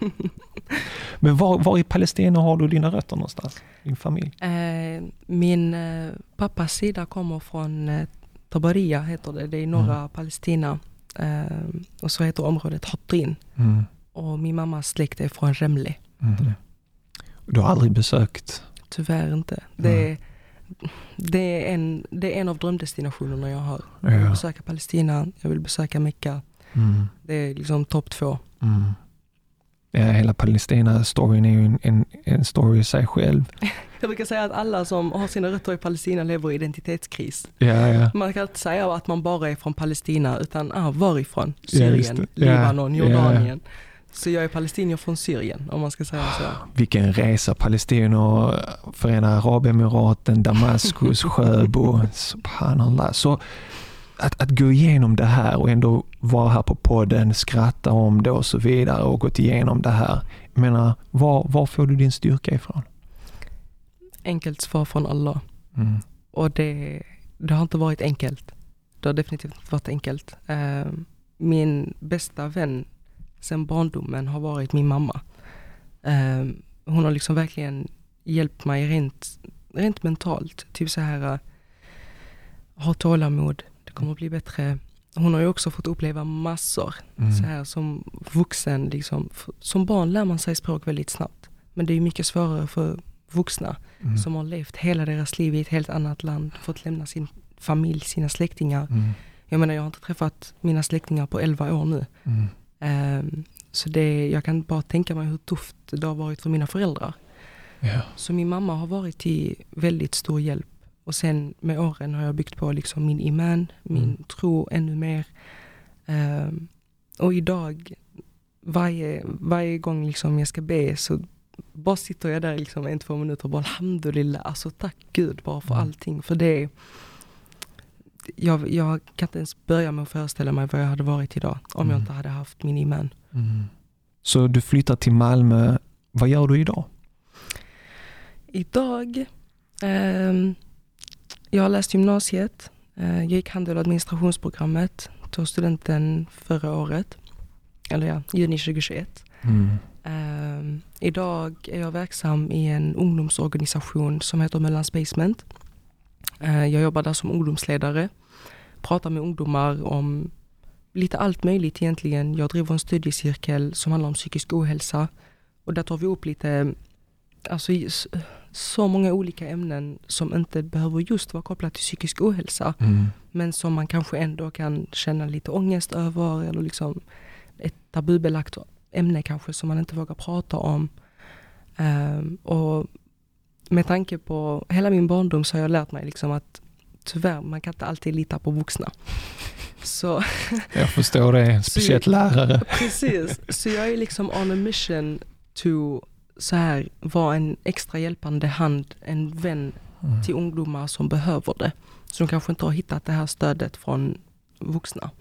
Men var, var i Palestina har du dina rötter någonstans? Din familj? Eh, min eh, pappas sida kommer från eh, Tabaria heter det. Det är norra mm. Palestina. Eh, och så heter området Hattin. Mm. Och min mammas släkt är från Remle. Mm. Du har aldrig besökt? Tyvärr inte. Det, mm. det, är en, det är en av drömdestinationerna jag har. Jag vill ja. besöka Palestina, jag vill besöka Mekka. Mm. Det är liksom topp två. Mm. Ja, hela Palestina-storyn är ju en, en, en story i sig själv. Jag brukar säga att alla som har sina rötter i Palestina lever i identitetskris. Ja, ja. Man kan inte säga att man bara är från Palestina, utan ah, varifrån? Syrien, ja, Libanon, ja, Jordanien. Ja. Så jag är palestinier från Syrien, om man ska säga så. Vilken resa, Palestina, Förenade Arabemiraten, Damaskus, Sjöbo, subhanallah. Så Att, att gå igenom det här och ändå vara här på podden, skratta om det och så vidare och gått igenom det här. Jag menar, var, var får du din styrka ifrån? Enkelt svar från Allah. Mm. Och det, det har inte varit enkelt. Det har definitivt inte varit enkelt. Uh, min bästa vän sedan barndomen har varit min mamma. Uh, hon har liksom verkligen hjälpt mig rent, rent mentalt. Typ så här, uh, ha tålamod. Det kommer att bli bättre. Hon har ju också fått uppleva massor. Mm. Så här som vuxen. Liksom, som barn lär man sig språk väldigt snabbt. Men det är mycket svårare för vuxna mm. som har levt hela deras liv i ett helt annat land. Fått lämna sin familj, sina släktingar. Mm. Jag menar, jag har inte träffat mina släktingar på elva år nu. Mm. Um, så det, jag kan bara tänka mig hur tufft det har varit för mina föräldrar. Yeah. Så min mamma har varit till väldigt stor hjälp. Och sen med åren har jag byggt på liksom min iman, min mm. tro ännu mer. Um, och idag, varje, varje gång liksom jag ska be så bara sitter jag där liksom en, två minuter och bara alhamdulillah, alltså tack Gud bara för mm. allting. För det, jag, jag kan inte ens börja med att föreställa mig vad jag hade varit idag om mm. jag inte hade haft min iman. Mm. Så du flyttar till Malmö, vad gör du idag? Idag... Um, Jag har läst gymnasiet, jag gick handel- och administrationsprogrammet, tog studenten förra året, eller ja, juni tjugohundratjugoett. Mm. Uh, idag är jag verksam i en ungdomsorganisation som heter Mellans Basement. Uh, jag jobbar där som ungdomsledare, pratar med ungdomar om lite allt möjligt egentligen. Jag driver en studiecirkel som handlar om psykisk ohälsa och där tar vi upp lite... Alltså så många olika ämnen som inte behöver just vara kopplat till psykisk ohälsa. Mm. Men som man kanske ändå kan känna lite ångest över. Eller liksom ett tabubelagt ämne kanske som man inte vågar prata om. Um, och med tanke på hela min barndom så har jag lärt mig liksom att tyvärr, man kan inte alltid lita på vuxna. Så, jag förstår det, speciellt så, lärare. Precis, så jag är liksom on a mission to så här, vara en extra hjälpande hand, en vän mm. till ungdomar som behöver det. Så de kanske inte har hittat det här stödet från vuxna.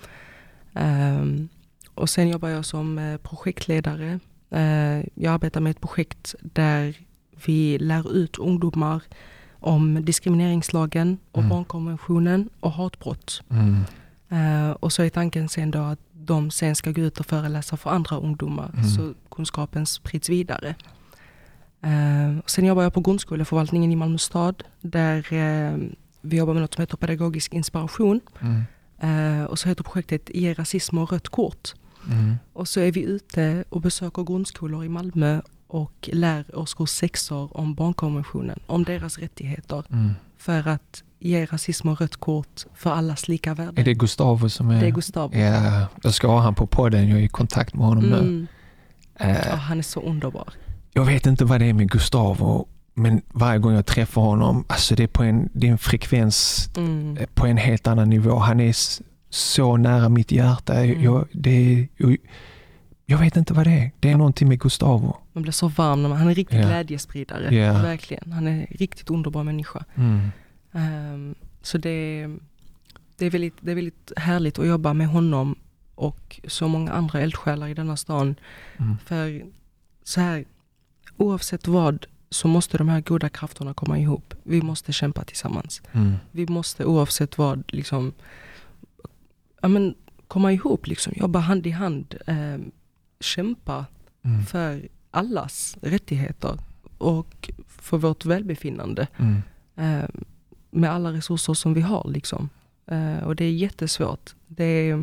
Um, och sen jobbar jag som uh, projektledare. Uh, jag arbetar med ett projekt där vi lär ut ungdomar om diskrimineringslagen och mm. barnkonventionen och hatbrott. Mm. Uh, och så är tanken sen då att de sen ska gå ut och föreläsa för andra ungdomar mm. så kunskapen sprids vidare. Uh, och sen jobbar jag på grundskoleförvaltningen i Malmö stad där uh, vi jobbar med något som heter pedagogisk inspiration. Mm. Uh, och så heter projektet Ge rasism och rött kort. Mm. Och så är vi ute och besöker grundskolor i Malmö och lär årskurs sexor om barnkonventionen, om deras rättigheter. Mm. För att ge rasism och rött kort för allas lika värde. Är det Gustavo som är... Det är Gustavo. Ja, jag ska ha han på podden. Jag är i kontakt med honom mm. nu. Uh, ja, han är så underbar. Jag vet inte vad det är med Gustavo, men varje gång jag träffar honom, alltså det är på en, det är en frekvens mm. på en helt annan nivå. Han är så nära mitt hjärta. Mm. Jag, det, jag, jag vet inte vad det är. Det är någonting med Gustavo. Man blir så varm när man, han är en riktig yeah. glädjespridare. Yeah. Verkligen. Han är en riktigt underbar människa. Mm. Um, så det, det, är väldigt, det är väldigt härligt att jobba med honom och så många andra eldsjälar i denna stan. Mm. För så här, oavsett vad så måste de här goda krafterna komma ihop. Vi måste kämpa tillsammans. Mm. Vi måste oavsett vad liksom, ja, men, komma ihop, liksom, jobba hand i hand, eh, kämpa mm. för allas rättigheter och för vårt välbefinnande. Mm. Eh, med alla resurser som vi har. Liksom. Eh, och det är jättesvårt. Det är,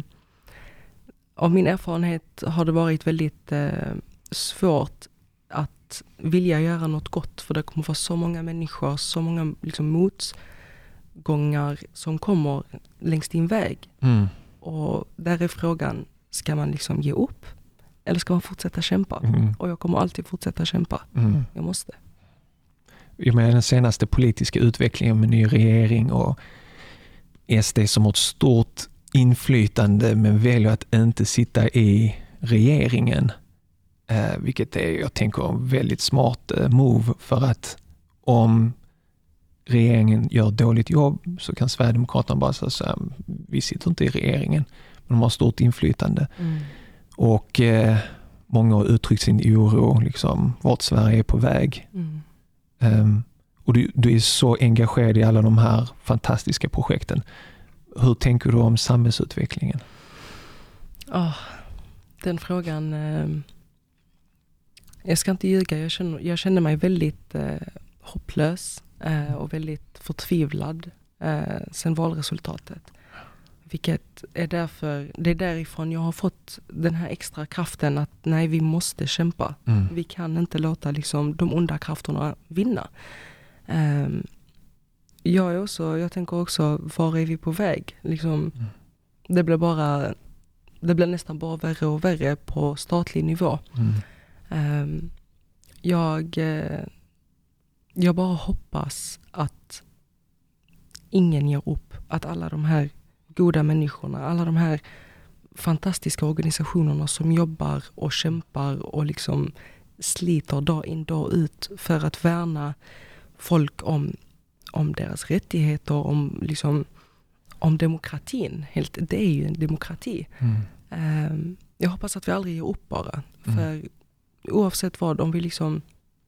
av min erfarenhet har det varit väldigt eh, svårt att vilja göra något gott, för det kommer vara så många människor, så många liksom, motgångar som kommer längs din väg. Mm. Och där är frågan, ska man liksom ge upp eller ska man fortsätta kämpa? Mm. Och jag kommer alltid fortsätta kämpa. Mm. Jag måste. Jag menar den senaste politiska utvecklingen med ny regering och S D som har ett stort inflytande men väljer att inte sitta i regeringen. Eh, vilket är, jag tänker, en väldigt smart eh, move, för att om regeringen gör dåligt jobb så kan Sverigedemokraterna bara säga så här, vi sitter inte i regeringen, men de har stort inflytande. Mm. Och eh, många har uttryckt sin oro, liksom, vart Sverige är på väg. Mm. Um, och du, du är så engagerad i alla de här fantastiska projekten. Hur tänker du om samhällsutvecklingen? Oh, den frågan... Eh, jag ska inte ljuga, jag känner, jag känner mig väldigt eh, hopplös eh, och väldigt förtvivlad eh, sen valresultatet. Vilket är därför, det är därifrån jag har fått den här extra kraften att nej, vi måste kämpa. Mm. Vi kan inte låta liksom, de onda krafterna vinna. Um, jag, är också, jag tänker också, var är vi på väg? Liksom, mm. det, blir bara, det blir nästan bara värre och värre på statlig nivå. Mm. Um, jag, jag bara hoppas att ingen ger upp. Att alla de här goda människorna, alla de här fantastiska organisationerna som jobbar och kämpar och liksom sliter dag in dag ut för att värna folk om, om deras rättigheter, om, liksom, om demokratin. Helt, det är ju en demokrati. Mm. Um, jag hoppas att vi aldrig ger upp bara. Mm. För oavsett vad, om vi liksom...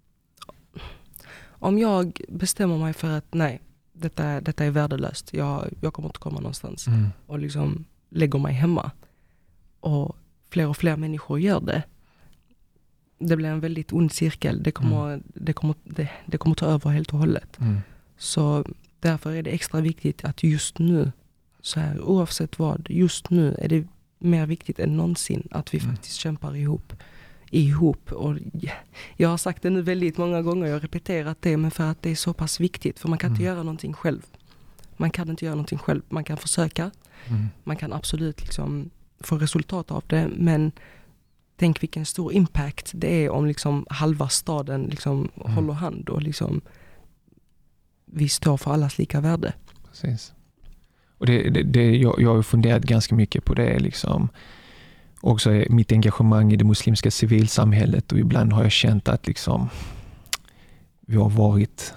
Om jag bestämmer mig för att nej, detta, detta är värdelöst. Jag, jag kommer inte komma någonstans. Mm. Och liksom lägger mig hemma. Och fler och fler människor gör det. Det blir en väldigt ond cirkel. Det kommer, mm. det kommer, det, det kommer ta över helt och hållet. Mm. Så därför är det extra viktigt att just nu, så här, oavsett vad, just nu är det mer viktigt än någonsin att vi mm. faktiskt kämpar ihop. ihop. Och jag har sagt det nu väldigt många gånger, jag har repeterat det, men för att det är så pass viktigt, för man kan mm. inte göra någonting själv. Man kan inte göra någonting själv. Man kan försöka. Mm. Man kan absolut liksom få resultat av det, men tänk vilken stor impact det är om liksom halva staden liksom mm. håller hand och liksom vi står för allas lika värde. Precis. Och det, det, det, jag, jag har funderat ganska mycket på det. Liksom. Också mitt engagemang i det muslimska civilsamhället, och ibland har jag känt att liksom, vi har varit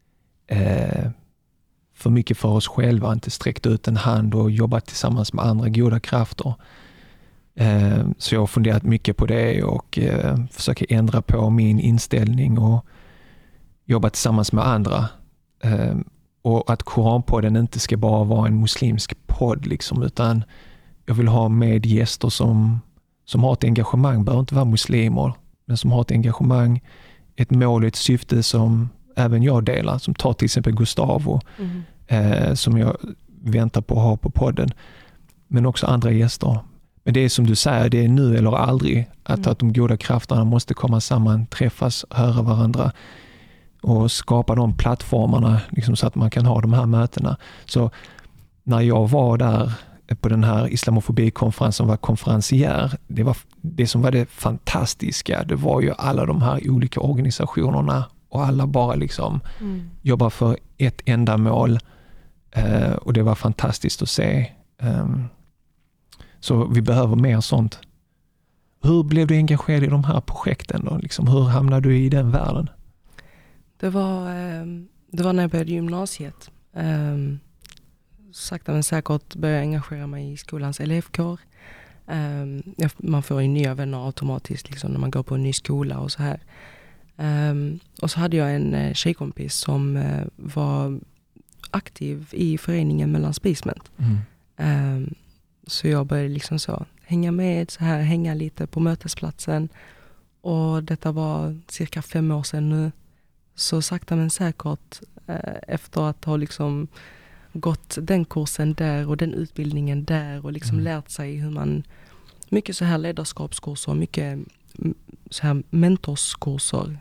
eh, för mycket för oss själva, inte sträckt ut en hand och jobbat tillsammans med andra goda krafter. Eh, så jag har funderat mycket på det och eh, försöker ändra på min inställning och jobba tillsammans med andra. Eh, och att Koranpodden inte ska bara vara en muslimsk podd liksom, utan jag vill ha med gäster som, som har ett engagemang, behöver inte vara muslimer, men som har ett engagemang, ett mål, ett syfte som även jag delar, som tar till exempel Gustavo, mm. eh, som jag väntar på att ha på podden, men också andra gäster. Men det är som du säger, det är nu eller aldrig, att, mm. att de goda krafterna måste komma samman, träffas, höra varandra och skapa de plattformarna liksom, så att man kan ha de här mötena. Så när jag var där på den här islamofobikonferensen, var konferencier, det var det som var det fantastiska, det var ju alla de här olika organisationerna och alla bara liksom mm. jobbar för ett enda mål, eh, och det var fantastiskt att se. Um, så vi behöver mer sånt. Hur blev du engagerad i de här projekten då? Liksom, hur hamnade du i den världen? Det var, eh, det var när jag började gymnasiet. Eh, sakta men säkert började jag engagera mig i skolans elevkår. Eh, man får ju nya vänner automatiskt liksom, när man går på en ny skola och så här. Um, och så hade jag en uh, tjejkompis som uh, var aktiv i föreningen mellan Spacement. Mm. Um, så jag började liksom så hänga med, så här, hänga lite på mötesplatsen. Och detta var cirka fem år sedan nu. Så sakta men säkert uh, efter att ha liksom gått den kursen där och den utbildningen där och liksom mm. lärt sig hur man, mycket så här ledarskapskurser, mycket så här mentorskurser.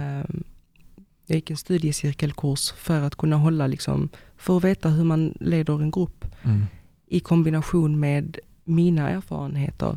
Jag gick en studiecirkelkurs för att kunna hålla liksom, för att veta hur man leder en grupp mm. i kombination med mina erfarenheter.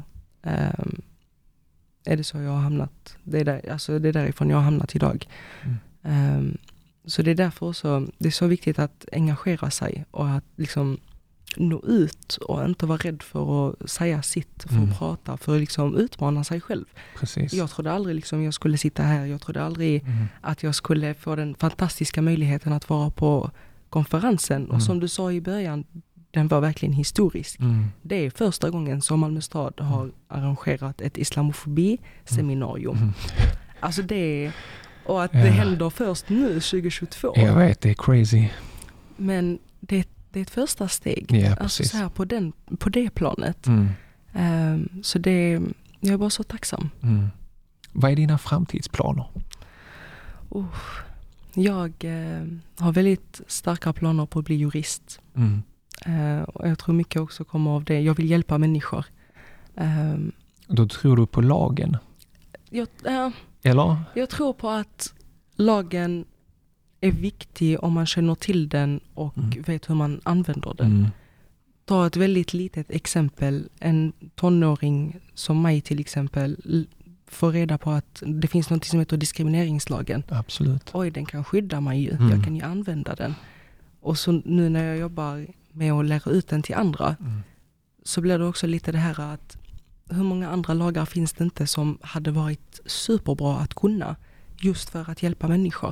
Är det så jag har hamnat, det är, där, alltså det är därifrån jag har hamnat idag. Mm. Så det är därför så, det är så viktigt att engagera sig och att liksom nå ut och inte vara rädd för att säga sitt, för mm. att prata, för att liksom utmana sig själv. Precis. Jag trodde aldrig liksom jag skulle sitta här, jag trodde aldrig mm. att jag skulle få den fantastiska möjligheten att vara på konferensen. Mm. Och som du sa i början, den var verkligen historisk. Mm. Det är första gången som Malmö stad har mm. arrangerat ett islamofobi-seminarium. Mm. Alltså det, och att ja. det händer först nu tjugohundratjugotvå. Jag vet, det är crazy. Men det är Det är ett första steg. Ja, alltså så här på, den, på det planet. Mm. Um, så det, jag är bara så tacksam. Mm. Vad är dina framtidsplaner? Uh, jag uh, har väldigt starka planer på att bli jurist. Mm. Uh, och jag tror mycket också kommer av det. Jag vill hjälpa människor. Um, Då tror du på lagen? Jag, uh, Eller? Jag tror på att lagen är viktig om man känner till den och mm. vet hur man använder den. Mm. Ta ett väldigt litet exempel. En tonåring som mig till exempel får reda på att det finns något som heter diskrimineringslagen. Absolut. Oj, den kan skydda mig ju. Mm. Jag kan ju använda den. Och så nu när jag jobbar med att lära ut den till andra mm. så blir det också lite det här att hur många andra lagar finns det inte som hade varit superbra att kunna just för att hjälpa människor.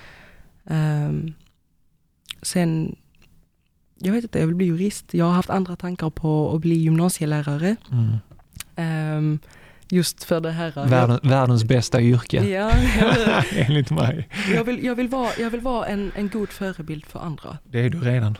Um, sen jag vet inte, jag vill bli jurist. Jag har haft andra tankar på att bli gymnasielärare. Mm. Um, just för det här Världen, jag, världens bästa yrke. Ja, jag, enligt mig. Jag vill, jag vill vara, jag vill vara en, en god förebild för andra. Det är du redan.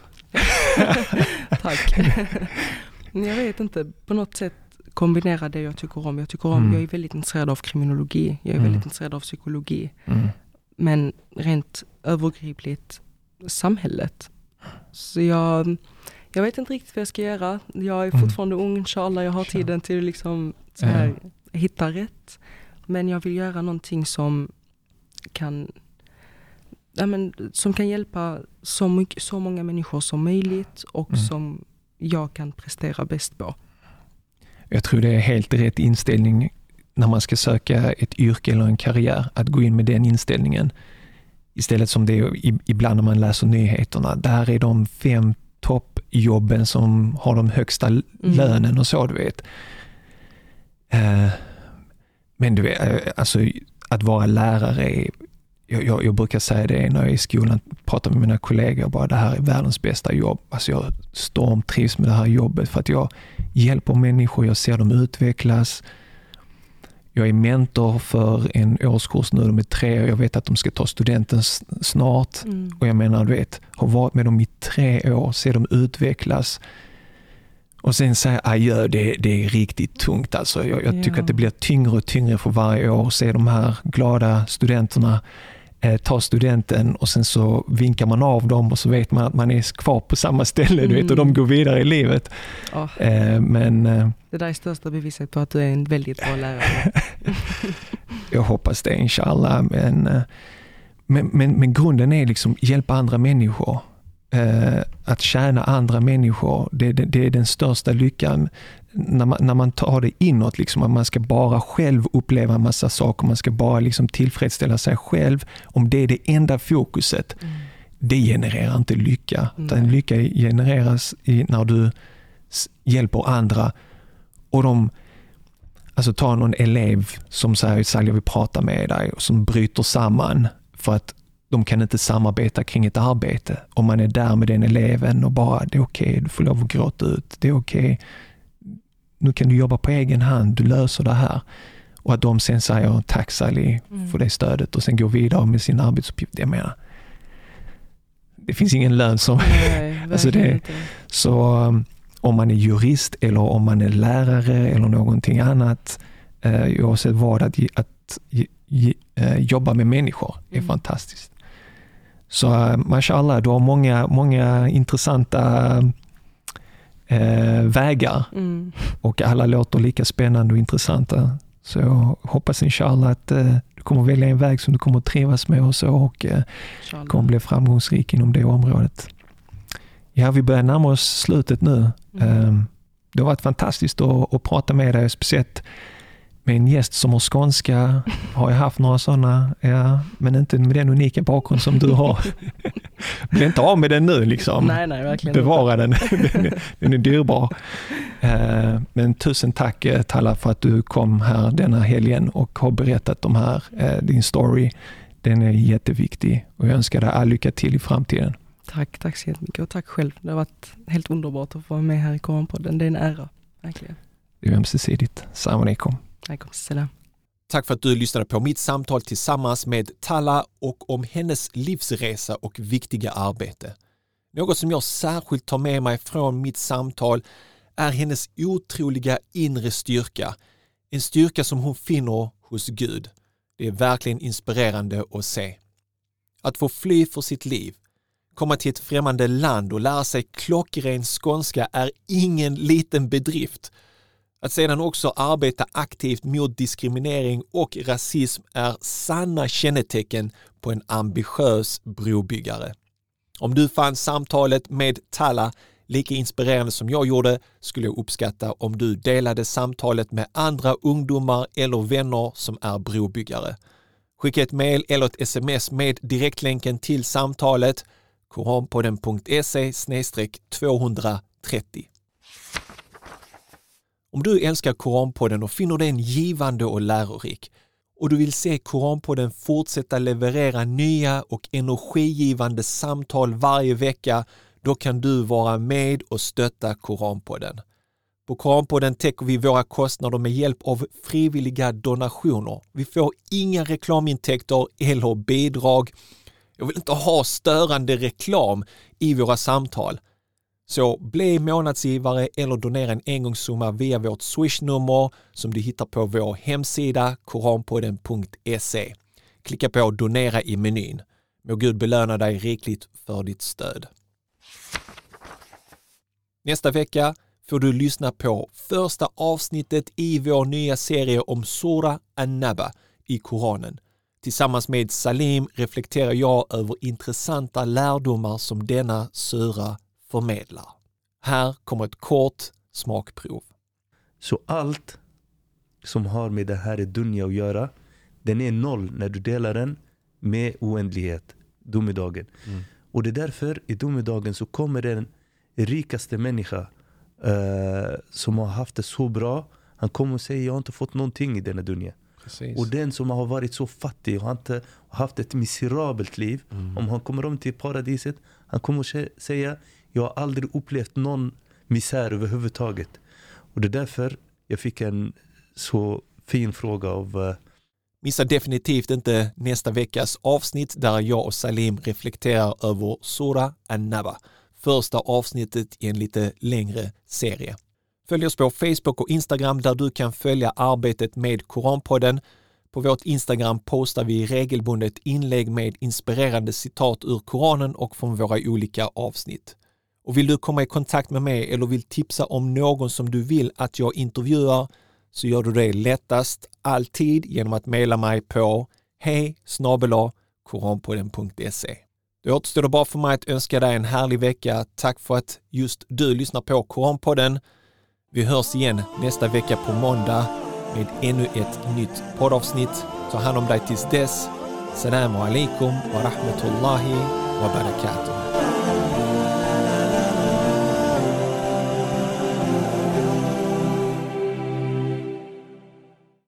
Tack. Men jag vet inte, på något sätt kombinera det jag tycker om. Jag tycker om, mm. jag är väldigt intresserad av kriminologi. Jag är mm. väldigt intresserad av psykologi. Mm. Men rent övergripligt samhället. Så jag, jag vet inte riktigt vad jag ska göra. Jag är fortfarande mm. ung, inshallah. Jag har tiden till liksom så här, mm. hitta rätt. Men jag vill göra någonting som kan, ja, men, som kan hjälpa så, mycket, så många människor som möjligt och mm. som jag kan prestera bäst på. Jag tror det är helt rätt inställning när man ska söka ett yrke eller en karriär, att gå in med den inställningen. Istället som det är ibland när man läser nyheterna, där är de fem toppjobben som har de högsta mm. lönen och så, du vet. Uh, men du vet, alltså att vara lärare är, jag, jag, jag brukar säga det när jag är i skolan, pratar med mina kollegor, bara det här är världens bästa jobb. Alltså jag stormtrivs med det här jobbet för att jag hjälper människor, jag ser dem utvecklas. Jag är mentor för en årskurs nu, de är tre och jag vet att de ska ta studenten snart. Mm. Och jag menar, du vet, har varit med dem i tre år, ser dem utvecklas. Och sen säga adjö, det, det är riktigt tungt. Alltså. Jag, jag tycker ja. att det blir tyngre och tyngre för varje år. Se de här glada studenterna eh, ta studenten och sen så vinkar man av dem och så vet man att man är kvar på samma ställe mm. du vet, och de går vidare i livet. Oh. Eh, men, eh, det där är största beviset på att du är en väldigt bra lärare. Jag hoppas det, inshallah. Men, eh, men, men, men grunden är liksom hjälpa andra människor. Uh, att tjäna andra människor, det, det, det är den största lyckan när man, när man tar det inåt, liksom, att man ska bara själv uppleva en massa saker, man ska bara liksom tillfredsställa sig själv. Om det är det enda fokuset, mm. det genererar inte lycka. Mm. Utan lycka genereras i, när du s- hjälper andra och de, alltså ta någon elev som säger att jag vill prata med dig och som bryter samman för att de kan inte samarbeta kring ett arbete. Om man är där med den eleven och bara, det är okej, okay, du får lov att gråta ut. Det är okej. Okay. Nu kan du jobba på egen hand. Du löser det här. Och att de sen säger tack Sally mm. för det stödet och sen går vidare med sin arbetsuppgift. Jag menar, det finns ingen lön som... Nej, alltså det, så um, om man är jurist eller om man är lärare eller någonting annat, uh, oavsett vad, att, att jobba med människor är mm. fantastiskt. Så uh, mashallah, du har många, många intressanta uh, vägar mm. och alla låter lika spännande och intressanta. Så jag hoppas inshallah att uh, du kommer välja en väg som du kommer att trivas med och så och uh, kommer bli framgångsrik inom det området. Ja, vi börjar närma oss slutet nu. Mm. Uh, det har varit fantastiskt att, att prata med dig, speciellt med en gäst som har skånska. Har jag haft några sådana, ja, men inte med den unika bakgrund som du har. Bli inte av med den nu liksom. Nej, nej, verkligen bevara den. den. Den är dyrbar. Uh, men tusen tack Talla för att du kom här denna helgen och har berättat om här, uh, din story. Den är jätteviktig och jag önskar dig all lycka till i framtiden. Tack, tack så jättemycket och tack själv. Det har varit helt underbart att få vara med här i Koranpodden. Det är en ära, verkligen. Det är ömsesidigt. Salam alaikum. Tack för att du lyssnade på mitt samtal tillsammans med Talla och om hennes livsresa och viktiga arbete. Något som jag särskilt tar med mig från mitt samtal är hennes otroliga inre styrka. En styrka som hon finner hos Gud. Det är verkligen inspirerande att se. Att få fly för sitt liv, komma till ett främmande land och lära sig klockren skånska är ingen liten bedrift. Att sedan också arbeta aktivt mot diskriminering och rasism är sanna kännetecken på en ambitiös brobyggare. Om du fann samtalet med Talla lika inspirerande som jag gjorde skulle jag uppskatta om du delade samtalet med andra ungdomar eller vänner som är brobyggare. Skicka ett mejl eller ett sms med direktlänken till samtalet koranpodden punkt se slash tvåhundratrettio. Om du älskar Koranpodden och finner den givande och lärorik och du vill se Koranpodden fortsätta leverera nya och energigivande samtal varje vecka, då kan du vara med och stötta Koranpodden. På Koranpodden täcker vi våra kostnader med hjälp av frivilliga donationer. Vi får inga reklamintäkter eller bidrag. Jag vill inte ha störande reklam i våra samtal. Så bli månadsgivare eller donera en engångssumma via vårt Swish-nummer som du hittar på vår hemsida koranpodden punkt se. Klicka på donera i menyn. Må Gud belöna dig rikligt för ditt stöd. Nästa vecka får du lyssna på första avsnittet i vår nya serie om Sura An-Naba i Koranen. Tillsammans med Salim reflekterar jag över intressanta lärdomar som denna sura förmedlar. Här kommer ett kort smakprov. Så allt som har med det här i dunya att göra, den är noll när du delar den med oändlighet, domedagen. Mm. Och det är därför i domedagen så kommer det en, rikaste människa uh, som har haft det så bra, han kommer och säger jag har inte fått någonting i denna dunja. Precis. Och den som har varit så fattig och har inte haft ett miserabelt liv, mm. om han kommer om till paradiset, han kommer att säga jag har aldrig upplevt någon misär överhuvudtaget. Och det är därför jag fick en så fin fråga av... Uh... Missa definitivt inte nästa veckas avsnitt där jag och Salim reflekterar över Sura An-Naba, första avsnittet i en lite längre serie. Följ oss på Facebook och Instagram där du kan följa arbetet med Koranpodden. På vårt Instagram postar vi regelbundet inlägg med inspirerande citat ur Koranen och från våra olika avsnitt. Och vill du komma i kontakt med mig eller vill tipsa om någon som du vill att jag intervjuar, så gör du det lättast alltid genom att mejla mig på hej snabel-a koranpodden punkt se. Då återstår det bara för mig att önska dig en härlig vecka. Tack för att just du lyssnar på Koranpodden. Vi hörs igen nästa vecka på måndag med ännu ett nytt poddavsnitt. Ta hand om dig tills dess. Assalamu alaikum wa rahmatullahi wa barakatuh.